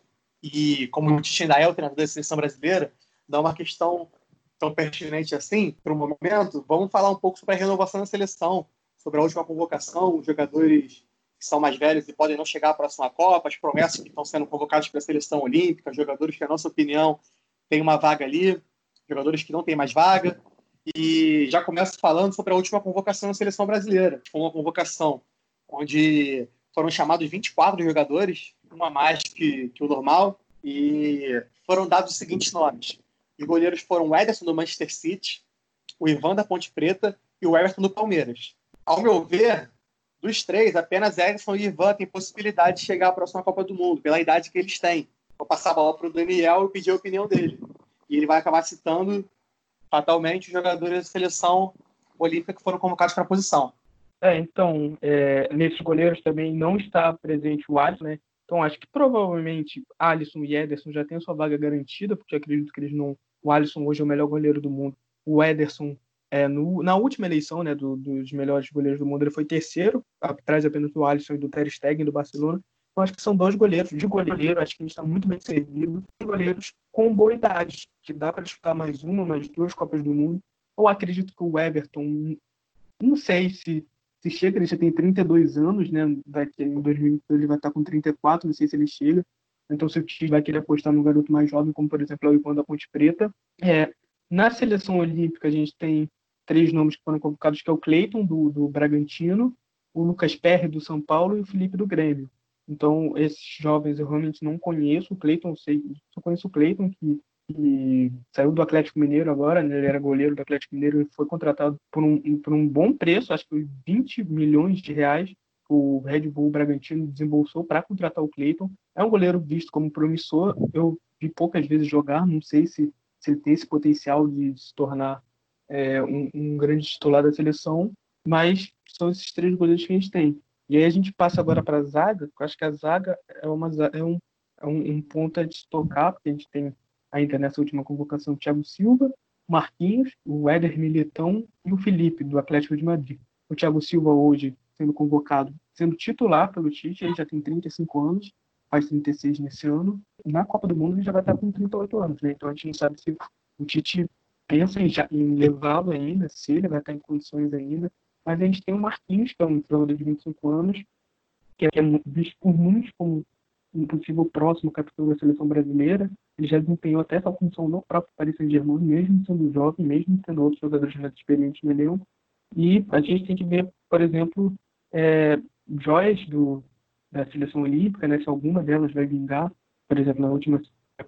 e como o Tite ainda é o treinador da seleção brasileira, dá uma questão tão pertinente assim, para o momento, vamos falar um pouco sobre a renovação da seleção, sobre a última convocação, os jogadores que são mais velhos e podem não chegar à próxima Copa, as promessas que estão sendo convocadas para a seleção olímpica, jogadores que, na nossa opinião, têm uma vaga ali, jogadores que não têm mais vaga. E já começo falando sobre a última convocação da seleção brasileira. Foi uma convocação onde foram chamados 24 jogadores, uma a mais que o normal, e foram dados os seguintes nomes. Os goleiros foram o Ederson do Manchester City, o Ivan da Ponte Preta e o Everton do Palmeiras. Ao meu ver, dos três, apenas Ederson e Ivan têm possibilidade de chegar à próxima Copa do Mundo, pela idade que eles têm. Vou passar a bola para o Daniel e pedir a opinião dele. E ele vai acabar citando fatalmente os jogadores da seleção olímpica que foram convocados para a posição. Então, nesses goleiros também não está presente o Alisson, né? Então, acho que provavelmente Alisson e Ederson já têm a sua vaga garantida, porque eu acredito que eles não. O Alisson hoje é o melhor goleiro do mundo. O Ederson, na última eleição, né, dos melhores goleiros do mundo, ele foi terceiro, atrás apenas do Alisson e do Ter Stegen, do Barcelona. Então, acho que são dois goleiros. De goleiro, acho que a gente está muito bem servido. E goleiros com boa idade, que dá para disputar mais duas Copas do Mundo. Eu acredito que o Everton, não sei se chega, ele já tem 32 anos, né? Daqui em 2022 ele vai estar com 34, não sei se ele chega. Então, se o time vai querer apostar no garoto mais jovem, como por exemplo o Ivan da Ponte Preta. Na seleção olímpica, a gente tem 3 nomes que foram convocados, que é o Cleiton, do Bragantino, o Lucas Perry, do São Paulo, e o Felipe, do Grêmio. Então, esses jovens eu realmente não conheço. O Cleiton, só conheço o Cleiton, que saiu do Atlético Mineiro agora, né? Ele era goleiro do Atlético Mineiro e foi contratado por um bom preço, acho que foi 20 milhões de reais. O Red Bull Bragantino desembolsou para contratar o Cleiton. É um goleiro visto como promissor. Eu vi poucas vezes jogar, não sei se ele tem esse potencial de se tornar um grande titular da seleção, mas são esses 3 goleiros que a gente tem. E aí a gente passa agora para a zaga, eu acho que a zaga é um ponto a destacar, porque a gente tem ainda nessa última convocação, o Thiago Silva, o Marquinhos, o Éder Militão e o Felipe, do Atlético de Madrid. O Thiago Silva hoje sendo convocado, sendo titular pelo Tite, ele já tem 35 anos, faz 36 nesse ano. Na Copa do Mundo ele já vai estar com 38 anos, né? Então a gente não sabe se o Tite pensa em levá-lo ainda, se ele vai estar em condições ainda. Mas a gente tem o Marquinhos, que é um jogador de 25 anos, que é visto por muitos como um possível próximo capitão da seleção brasileira. ele já desempenhou até essa função no próprio Paris Saint-Germain, mesmo sendo jovem, mesmo sendo outros jogadores mais experientes no elenco. E a gente tem que ver, por exemplo, joias da seleção olímpica, né, se alguma delas vai vingar. Por exemplo, na última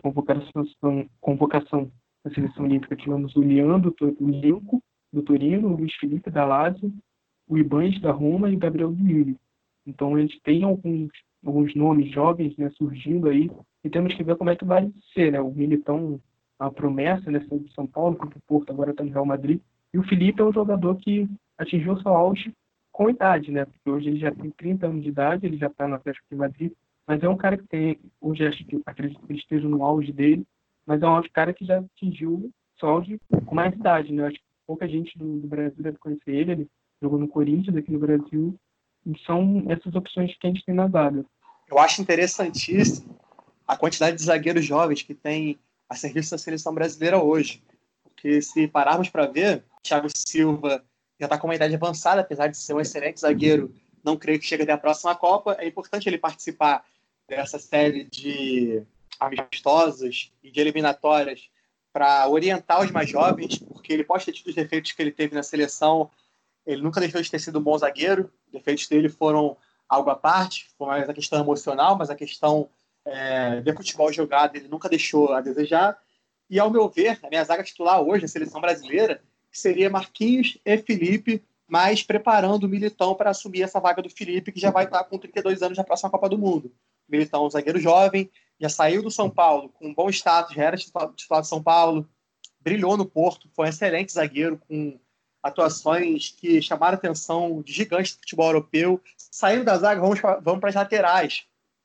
convocação da seleção olímpica, tivemos o Leandro, o Linco, do Torino, o Luiz Felipe, da Lazio, o Ibanez, da Roma e o Gabriel do Lille. Então, a gente tem alguns nomes jovens, né, surgindo aí, e temos que ver como é que vai ser, né? O Militão, a promessa, né, de São Paulo, contra o Porto, agora está no Real Madrid. E o Felipe é um jogador que atingiu seu auge com idade, né? Porque hoje ele já tem 30 anos de idade, ele já está no Atlético de Madrid, mas é um cara que tem, hoje acredito que ele esteja no auge dele, mas é um cara que já atingiu seu auge com mais idade, né? Eu acho que pouca gente do Brasil deve conhecer ele jogou no Corinthians aqui no Brasil, e são essas opções que a gente tem na zaga. Eu acho interessantíssimo a quantidade de zagueiros jovens que tem a serviço da seleção brasileira hoje. Porque se pararmos para ver, Thiago Silva já está com uma idade avançada, apesar de ser um excelente zagueiro, não creio que chegue até a próxima Copa. É importante ele participar dessa série de amistosos e de eliminatórias para orientar os mais jovens, porque ele pode ter tido os defeitos que ele teve na seleção. Ele nunca deixou de ter sido um bom zagueiro. Os defeitos dele foram algo à parte, foi mais a questão emocional, mas a questão de futebol jogado ele nunca deixou a desejar. E, ao meu ver, a minha zaga titular hoje, a seleção brasileira, seria Marquinhos e Felipe, mas preparando o Militão para assumir essa vaga do Felipe, que já vai estar com 32 anos na próxima Copa do Mundo. O Militão é um zagueiro jovem, já saiu do São Paulo com um bom status, já era titular de São Paulo, brilhou no Porto, foi um excelente zagueiro, com atuações que chamaram a atenção de gigantes do futebol europeu. Saindo da zaga, vamos para as laterais.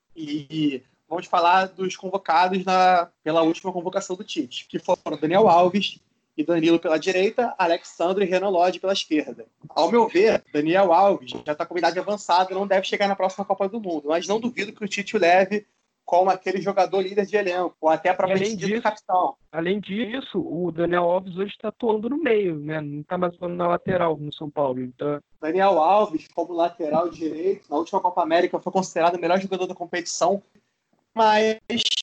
E vamos falar dos convocados pela última convocação do Tite, que foram Daniel Alves e Danilo pela direita, Alexandre e Renan Lodge pela esquerda. Ao meu ver, Daniel Alves já está com idade avançada e não deve chegar na próxima Copa do Mundo, mas não duvido que o Tite o leve como aquele jogador líder de elenco, ou até a própria do capitão. Além disso, o Daniel Alves hoje está atuando no meio, né? Não está mais atuando na lateral no São Paulo. Então... Daniel Alves, como lateral direito, na última Copa América foi considerado o melhor jogador da competição, mas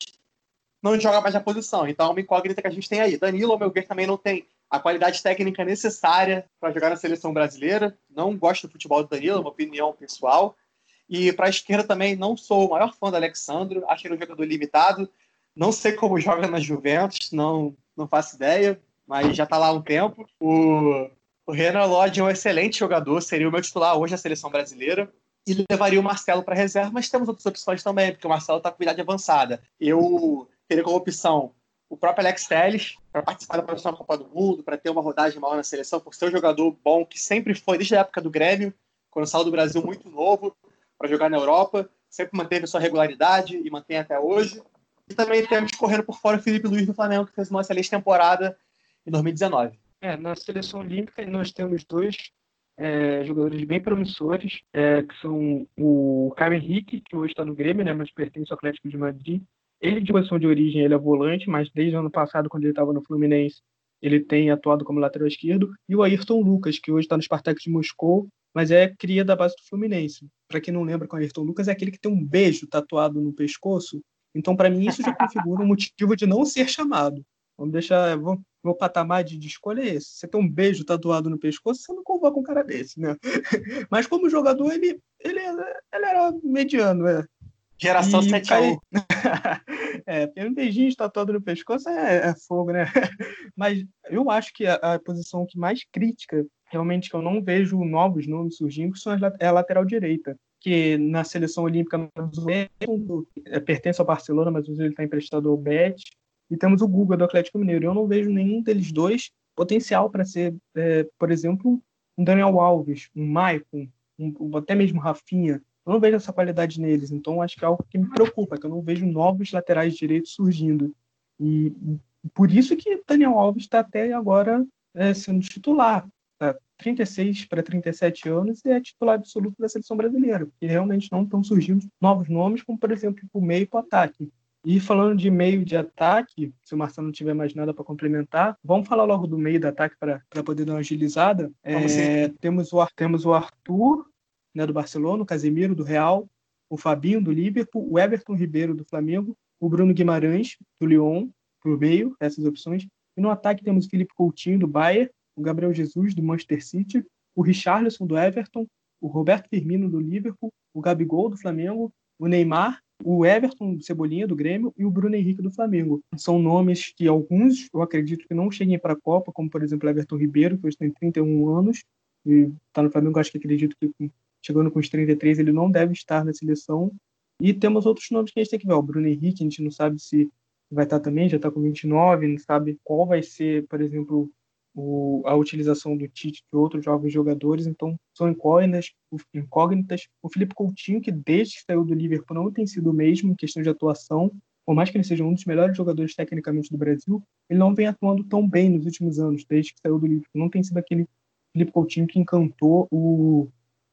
não joga mais na posição. Então é uma incógnita que a gente tem aí. Danilo, ao meu ver, também não tem a qualidade técnica necessária para jogar na seleção brasileira. Não gosto do futebol do Danilo, é uma opinião pessoal. E para a esquerda também não sou o maior fã do Alexandre, acho ele um jogador limitado. Não sei como joga na Juventus, não faço ideia, mas já está lá há um tempo. O Renan Lodge é um excelente jogador, seria o meu titular hoje na seleção brasileira. E levaria o Marcelo para a reserva, mas temos outras opções também, porque o Marcelo está com idade avançada. Eu teria como opção o próprio Alex Telles, para participar da próxima Copa do Mundo, para ter uma rodagem maior na seleção, por ser um jogador bom, que sempre foi, desde a época do Grêmio, quando saiu do Brasil muito novo, para jogar na Europa, sempre manteve sua regularidade e mantém até hoje. E também temos correndo por fora o Felipe Luiz do Flamengo, que fez uma excelente temporada em 2019. Na seleção olímpica nós temos dois jogadores bem promissores, que são o Caio Henrique, que hoje está no Grêmio, né, mas pertence ao Atlético de Madrid. Ele, de posição de origem, ele é volante, mas desde o ano passado, quando ele estava no Fluminense, ele tem atuado como lateral esquerdo. E o Ayrton Lucas, que hoje está no Spartak de Moscou, mas é cria da base do Fluminense. Para quem não lembra, com o Ayrton Lucas é aquele que tem um beijo tatuado no pescoço. Então, para mim, isso já configura um motivo de não ser chamado. Vamos deixar... Meu patamar de escolha é esse. Você tem um beijo tatuado no pescoço, você não convoca um cara desse, né? Mas como jogador, ele era mediano, Geração 7-1. Tem um beijinho tatuado no pescoço, é fogo, né? Mas eu acho que a posição que mais crítica, realmente, que eu não vejo novos nomes surgindo, é a lateral direita, que na seleção olímpica pertence ao Barcelona, mas hoje ele está emprestado ao Betis. E temos o Guga do Atlético Mineiro. Eu não vejo nenhum deles dois potencial para ser, por exemplo, um Daniel Alves, um Maicon, até mesmo Rafinha. Eu não vejo essa qualidade neles. Então, acho que é algo que me preocupa, que eu não vejo novos laterais direitos surgindo. E por isso que Daniel Alves está até agora sendo titular. Tá 36 para 37 anos e é titular absoluto da seleção brasileira. E realmente não estão surgindo novos nomes, como, por exemplo, o meio e o ataque. E falando de meio de ataque, se o Marcelo não tiver mais nada para complementar, vamos falar logo do meio do ataque para poder dar uma agilizada. Temos o Arthur, né, do Barcelona, o Casemiro, do Real, o Fabinho, do Liverpool, o Everton Ribeiro, do Flamengo, o Bruno Guimarães, do Lyon, pro meio, essas opções. E no ataque temos o Felipe Coutinho, do Bayern, o Gabriel Jesus, do Manchester City, o Richarlison, do Everton, o Roberto Firmino, do Liverpool, o Gabigol, do Flamengo, o Neymar, o Everton, do Cebolinha, do Grêmio, e o Bruno Henrique, do Flamengo. São nomes que alguns, eu acredito que não cheguem para a Copa, como, por exemplo, Everton Ribeiro, que hoje tem 31 anos, e está no Flamengo, acho que acredito que chegando com os 33 ele não deve estar na seleção. E temos outros nomes que a gente tem que ver. O Bruno Henrique, a gente não sabe se vai estar também, já está com 29, não sabe qual vai ser, por exemplo, a utilização do Tite de outros jovens jogadores, então são incógnitas. O Felipe Coutinho, que desde que saiu do Liverpool não tem sido o mesmo em questão de atuação, por mais que ele seja um dos melhores jogadores tecnicamente do Brasil, ele não vem atuando tão bem nos últimos anos, desde que saiu do Liverpool. Não tem sido aquele Felipe Coutinho que encantou o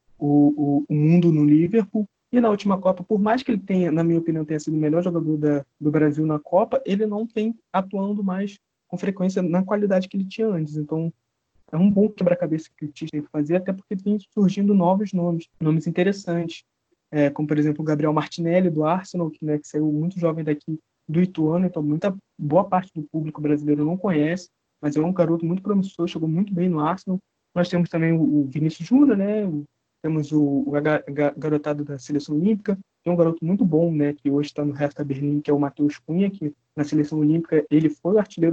mundo no Liverpool. E na última Copa, por mais que ele tenha, na minha opinião, tenha sido o melhor jogador do Brasil na Copa, ele não tem atuando mais com frequência na qualidade que ele tinha antes. Então, é um bom quebra-cabeça que o Tite tem que fazer, até porque tem surgindo novos nomes interessantes, como, por exemplo, o Gabriel Martinelli, do Arsenal, que saiu muito jovem daqui do Ituano, então boa parte do público brasileiro não conhece, mas é um garoto muito promissor, chegou muito bem no Arsenal. Nós temos também o Vinícius Júnior, né? Temos o garotado da Seleção Olímpica, tem um garoto muito bom, né, que hoje está no Hertha Berlim, que é o Matheus Cunha, que na Seleção Olímpica ele foi o artilheiro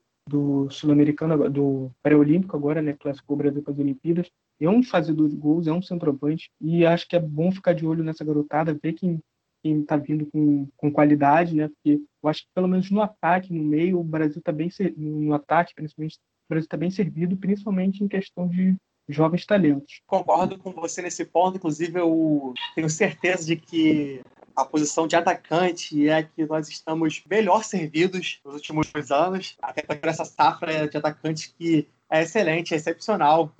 do Sul-Americano, do pré-olímpico agora, né, classificou o Brasil para as Olimpíadas. É um fazedor de gols, é um centroavante, e acho que é bom ficar de olho nessa garotada, ver quem está vindo com qualidade, né, porque eu acho que pelo menos no ataque, no meio, o Brasil está bem, no ataque principalmente, o Brasil está bem servido, principalmente em questão de jovens talentos. Concordo com você nesse ponto, inclusive eu tenho certeza de que a posição de atacante é a que nós estamos melhor servidos nos últimos anos, até por essa safra de atacantes que é excelente, é excepcional,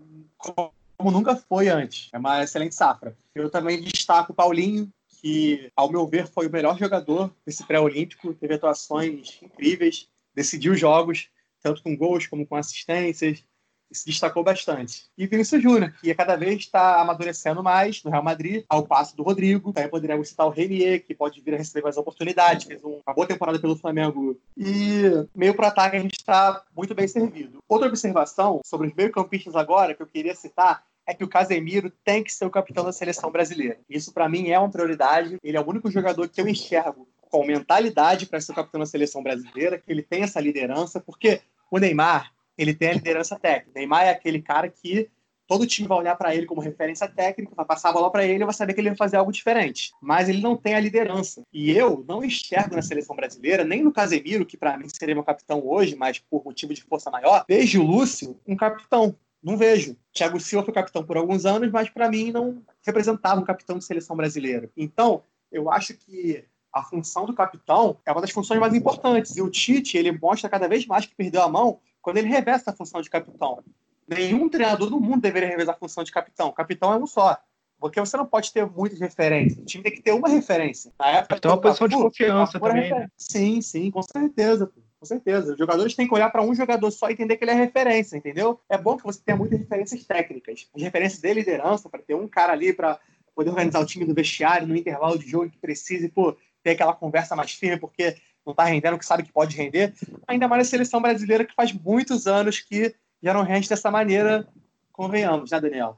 como nunca foi antes. É uma excelente safra. Eu também destaco o Paulinho, que, ao meu ver, foi o melhor jogador desse pré-olímpico, teve atuações incríveis, decidiu jogos, tanto com gols como com assistências, se destacou bastante. E Vinícius Júnior, que cada vez está amadurecendo mais no Real Madrid, ao passo do Rodrigo. Também poderíamos citar o Renier, que pode vir a receber mais oportunidades, fez uma boa temporada pelo Flamengo. E meio para o ataque a gente está muito bem servido. Outra observação sobre os meio-campistas agora, que eu queria citar, é que o Casemiro tem que ser o capitão da seleção brasileira. Isso, para mim, é uma prioridade. Ele é o único jogador que eu enxergo com mentalidade para ser o capitão da seleção brasileira, que ele tem essa liderança, porque o Neymar, ele tem a liderança técnica. O Neymar é aquele cara que todo time vai olhar para ele como referência técnica, vai passar a bola para ele e vai saber que ele vai fazer algo diferente. Mas ele não tem a liderança. E eu não enxergo na seleção brasileira, nem no Casemiro, que para mim seria meu capitão hoje, mas por motivo de força maior, vejo o Lúcio um capitão. Não vejo. Thiago Silva foi capitão por alguns anos, mas para mim não representava um capitão de seleção brasileira. Então, eu acho que a função do capitão é uma das funções mais importantes. E o Tite, ele mostra cada vez mais que perdeu a mão quando ele reveste a função de capitão. Nenhum treinador do mundo deveria revezar a função de capitão. Capitão é um só. Porque você não pode ter muitas referências. O time tem que ter uma referência. Na época capitão é uma posição de confiança também, né? Sim, com certeza. Com certeza. Os jogadores têm que olhar para um jogador só e entender que ele é referência, entendeu? É bom que você tenha muitas referências técnicas. As referências de liderança, para ter um cara ali para poder organizar o time do vestiário no intervalo de jogo que precise, ter aquela conversa mais firme, porque não está rendendo o que sabe que pode render. Ainda mais a seleção brasileira, que faz muitos anos que já não rende dessa maneira, convenhamos, né, Daniel?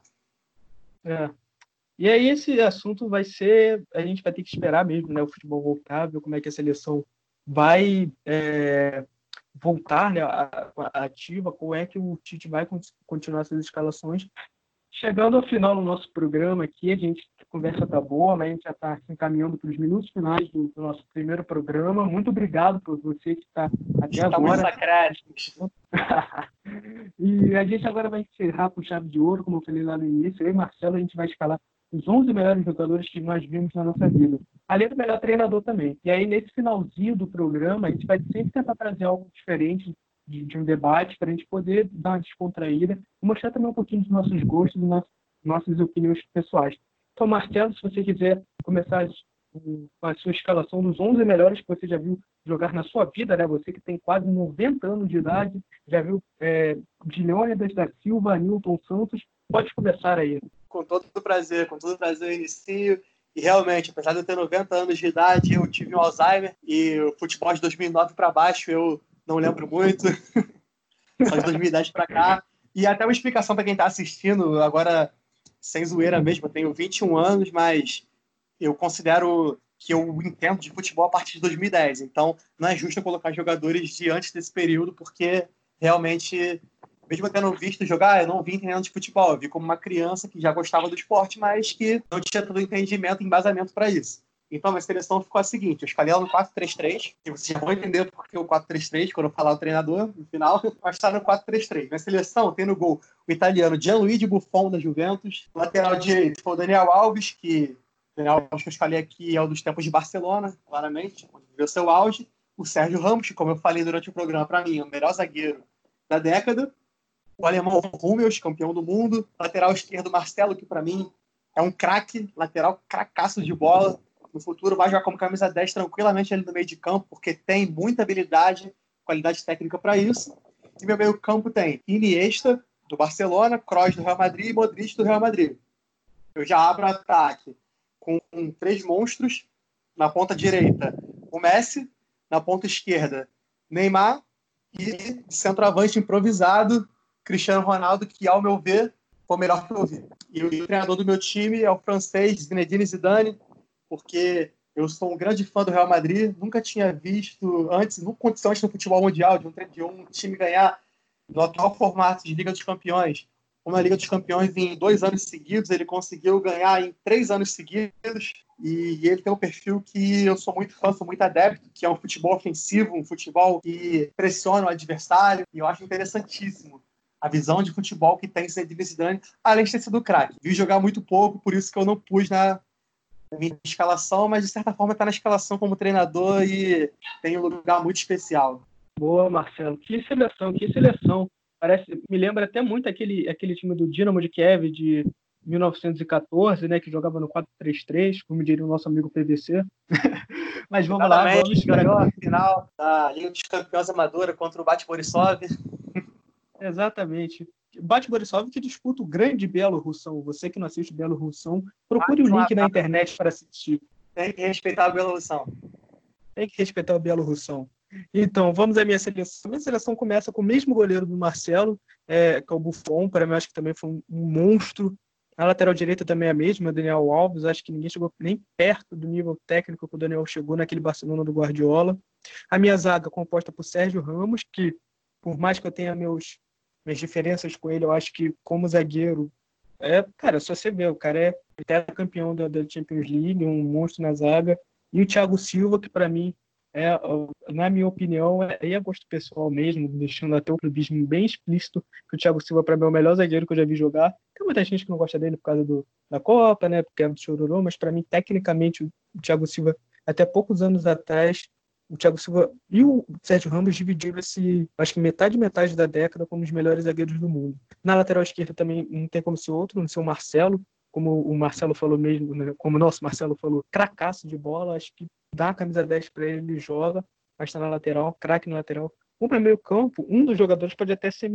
E aí esse assunto a gente vai ter que esperar mesmo, né, o futebol voltar, ver como é que a seleção vai voltar, né, ativa, como é que o Tite vai continuar essas escalações. Chegando ao final do nosso programa aqui, a conversa tá boa, mas a gente já está encaminhando para os minutos finais do nosso primeiro programa. Muito obrigado por você que está até agora. Estamos sacráticos. E a gente agora vai encerrar com chave de ouro, como eu falei lá no início. Eu e Marcelo, a gente vai escalar os 11 melhores jogadores que nós vimos na nossa vida. Além do melhor treinador também. E aí, nesse finalzinho do programa, a gente vai sempre tentar trazer algo diferente de um debate, para a gente poder dar uma descontraída e mostrar também um pouquinho dos nossos gostos e nossas opiniões pessoais. Então, Marcelo, se você quiser começar com a sua escalação dos 11 melhores que você já viu jogar na sua vida, né? Você que tem quase 90 anos de idade, já viu de Leônidas da Silva, Nilton Santos, pode começar aí. Com todo prazer eu inicio. E realmente, apesar de eu ter 90 anos de idade, eu tive um Alzheimer e o futebol de 2009 para baixo eu não lembro muito, só de 2010 para cá. E até uma explicação para quem está assistindo, agora sem zoeira mesmo, eu tenho 21 anos, mas eu considero que eu entendo de futebol a partir de 2010. Então, não é justo eu colocar jogadores de antes desse período, porque realmente, mesmo eu tendo visto jogar, eu não vim entendendo de futebol. Eu vi como uma criança que já gostava do esporte, mas que não tinha todo o entendimento e embasamento para isso. Então, a minha seleção ficou a seguinte: eu escalei ela no 4-3-3, e vocês já vão entender por que o 4-3-3, quando eu falar o treinador, no final, mas está no 4-3-3. Minha seleção tem no gol o italiano Gianluigi Buffon, da Juventus. Lateral direito foi o Daniel Alves, que o Daniel Alves que eu escalei aqui é o dos tempos de Barcelona, claramente, onde viveu seu auge. O Sérgio Ramos, que, como eu falei durante o programa, para mim, é o melhor zagueiro da década. O alemão Hummels, campeão do mundo. Lateral esquerdo, Marcelo, que para mim é um craque, lateral cracaço de bola. No futuro vai jogar como camisa 10 tranquilamente ali no meio de campo, porque tem muita habilidade, qualidade técnica para isso. E meu meio campo tem Iniesta, do Barcelona, Kroos do Real Madrid e Modric do Real Madrid. Eu já abro o ataque com 3 monstros. Na ponta direita, o Messi. Na ponta esquerda, Neymar. E centroavante improvisado, Cristiano Ronaldo, que, ao meu ver, foi o melhor que eu vi. E o treinador do meu time é o francês Zinedine Zidane, porque eu sou um grande fã do Real Madrid, nunca tinha visto antes, nunca aconteceu antes no futebol mundial, de um time ganhar no atual formato de Liga dos Campeões, uma Liga dos Campeões em 2 anos seguidos, ele conseguiu ganhar em 3 anos seguidos, e ele tem um perfil que eu sou muito fã, sou muito adepto, que é um futebol ofensivo, um futebol que pressiona o adversário, e eu acho interessantíssimo a visão de futebol que tem Zinedine Zidane, além de ter sido craque. Vi jogar muito pouco, por isso que eu não pus na minha escalação, mas de certa forma está na escalação como treinador e tem um lugar muito especial. Boa, Marcelo. Que seleção, que seleção. Parece, me lembra até muito aquele time do Dinamo de Kiev de 1914, né, que jogava no 4-3-3, como diria o nosso amigo PVC. Mas vamos lá, vamos ganhou a final da Liga dos Campeões Amadora contra o Bate Borisov. Exatamente. Bate Borisov que disputa o grande Bielorrussão. Você que não assiste Bielorrussão, procure o link na internet para assistir. Tem que respeitar a Bielorrussão. Tem que respeitar o Bielorrussão. Então, vamos à minha seleção. Minha seleção começa com o mesmo goleiro do Marcelo, que é o Buffon. Para mim, acho que também foi um monstro. A lateral direita também é a mesma, Daniel Alves. Acho que ninguém chegou nem perto do nível técnico que o Daniel chegou naquele Barcelona do Guardiola. A minha zaga composta por Sérgio Ramos, que, por mais que eu tenha minhas diferenças com ele, eu acho que como zagueiro, cara, só você vê, o cara é tetracampeão da Champions League, um monstro na zaga. E o Thiago Silva, que para mim na minha opinião, é gosto pessoal mesmo, deixando até o clubismo bem explícito, que o Thiago Silva, para mim, é o melhor zagueiro que eu já vi jogar. Tem muita gente que não gosta dele por causa da Copa, né, porque é do chororô, mas para mim, tecnicamente, o Thiago Silva, até poucos anos atrás, o Thiago Silva e o Sérgio Ramos dividiram acho que metade da década como os melhores zagueiros do mundo. Na lateral esquerda também não tem como ser outro, não ser o Marcelo, como o Marcelo falou mesmo, né, como o nosso Marcelo falou, cracaço de bola, acho que dá a camisa 10 para ele joga, mas está na lateral, craque na lateral. O meio campo, um dos jogadores pode até ser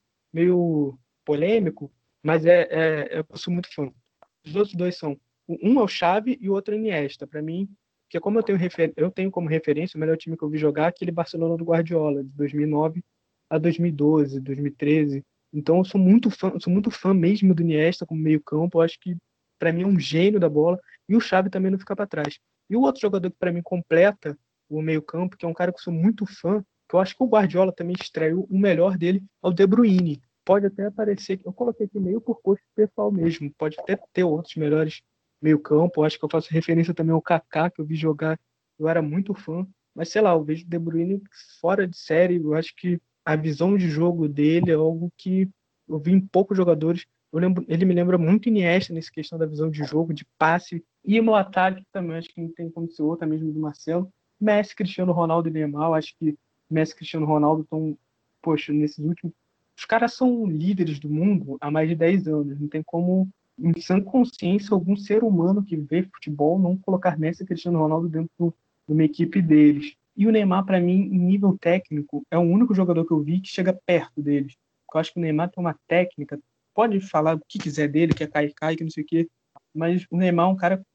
meio polêmico, mas eu sou muito fã. Os outros dois são, um é o Xavi e o outro é o Iniesta. Para mim, porque como eu tenho como referência o melhor time que eu vi jogar é aquele Barcelona do Guardiola, de 2009 a 2012, 2013. Então eu sou muito fã mesmo do Iniesta como meio campo. Eu acho que para mim é um gênio da bola, e o Xavi também não fica para trás. E o outro jogador que para mim completa o meio-campo, que é um cara que eu sou muito fã, que eu acho que o Guardiola também extraiu o melhor dele, é o De Bruyne. Pode até aparecer, eu coloquei aqui meio por gosto pessoal mesmo, pode até ter outros melhores meio-campo. Eu acho que eu faço referência também ao Kaká, que eu vi jogar, eu era muito fã, mas sei lá, eu vejo o De Bruyne fora de série. Eu acho que a visão de jogo dele é algo que eu vi em poucos jogadores. Ele me lembra muito Iniesta nessa questão da visão de jogo, de passe. E no ataque também, acho que não tem como ser outra mesmo do Marcelo. Messi, Cristiano Ronaldo e Neymar, acho que Messi e Cristiano Ronaldo estão, poxa, nesses últimos... Os caras são líderes do mundo há mais de 10 anos. Não tem como, em sã consciência, algum ser humano que vê futebol não colocar Messi e Cristiano Ronaldo dentro de uma equipe deles. E o Neymar, para mim, em nível técnico, é o único jogador que eu vi que chega perto deles. Eu acho que o Neymar tem uma técnica, pode falar o que quiser dele, que é cai, que não sei o quê, mas o Neymar é um cara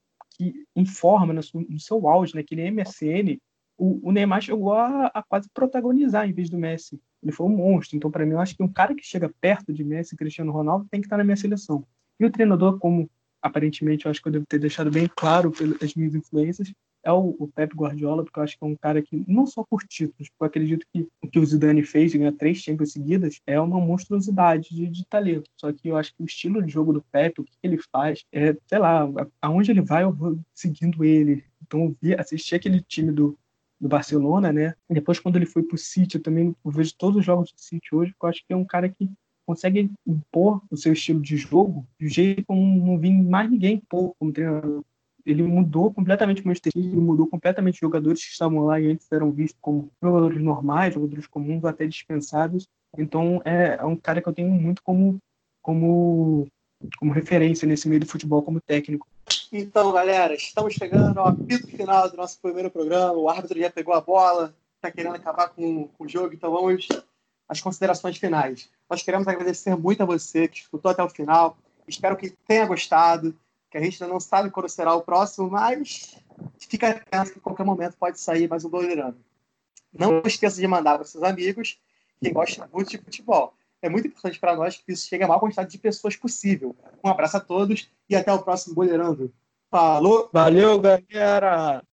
que em forma, no seu auge, naquele MSN, o Neymar chegou a quase protagonizar em vez do Messi. Ele foi um monstro. Então, para mim, eu acho que um cara que chega perto de Messi e Cristiano Ronaldo tem que estar na minha seleção. E o treinador, como aparentemente eu acho que eu devo ter deixado bem claro pelas minhas influências, é o Pep Guardiola, porque eu acho que é um cara que, não só por títulos, porque eu acredito que o que o Zidane fez, de ganhar 3 Champions seguidas, é uma monstruosidade de talento. Só que eu acho que o estilo de jogo do Pep, o que ele faz, sei lá, aonde ele vai, eu vou seguindo ele. Então, eu assisti aquele time do Barcelona, né? E depois, quando ele foi pro City, eu também vejo todos os jogos do City hoje, porque eu acho que é um cara que consegue impor o seu estilo de jogo de um jeito como não vi mais ninguém impor como treinador. Ele mudou completamente o Manchester City, ele mudou completamente os jogadores que estavam lá e antes eram vistos como jogadores normais, jogadores comuns ou até dispensáveis. Então, é um cara que eu tenho muito como referência nesse meio do futebol como técnico. Então, galera, estamos chegando ao apito final do nosso primeiro programa. O árbitro já pegou a bola, está querendo acabar com o jogo, então vamos às considerações finais. Nós queremos agradecer muito a você que escutou até o final. Espero que tenha gostado, que a gente ainda não sabe quando será o próximo, mas fica atento que em qualquer momento pode sair mais um Boleirando. Não esqueça de mandar para seus amigos quem gosta muito de futebol. É muito importante para nós que isso chegue a maior quantidade de pessoas possível. Um abraço a todos e até o próximo Boleirando. Falou! Valeu, galera!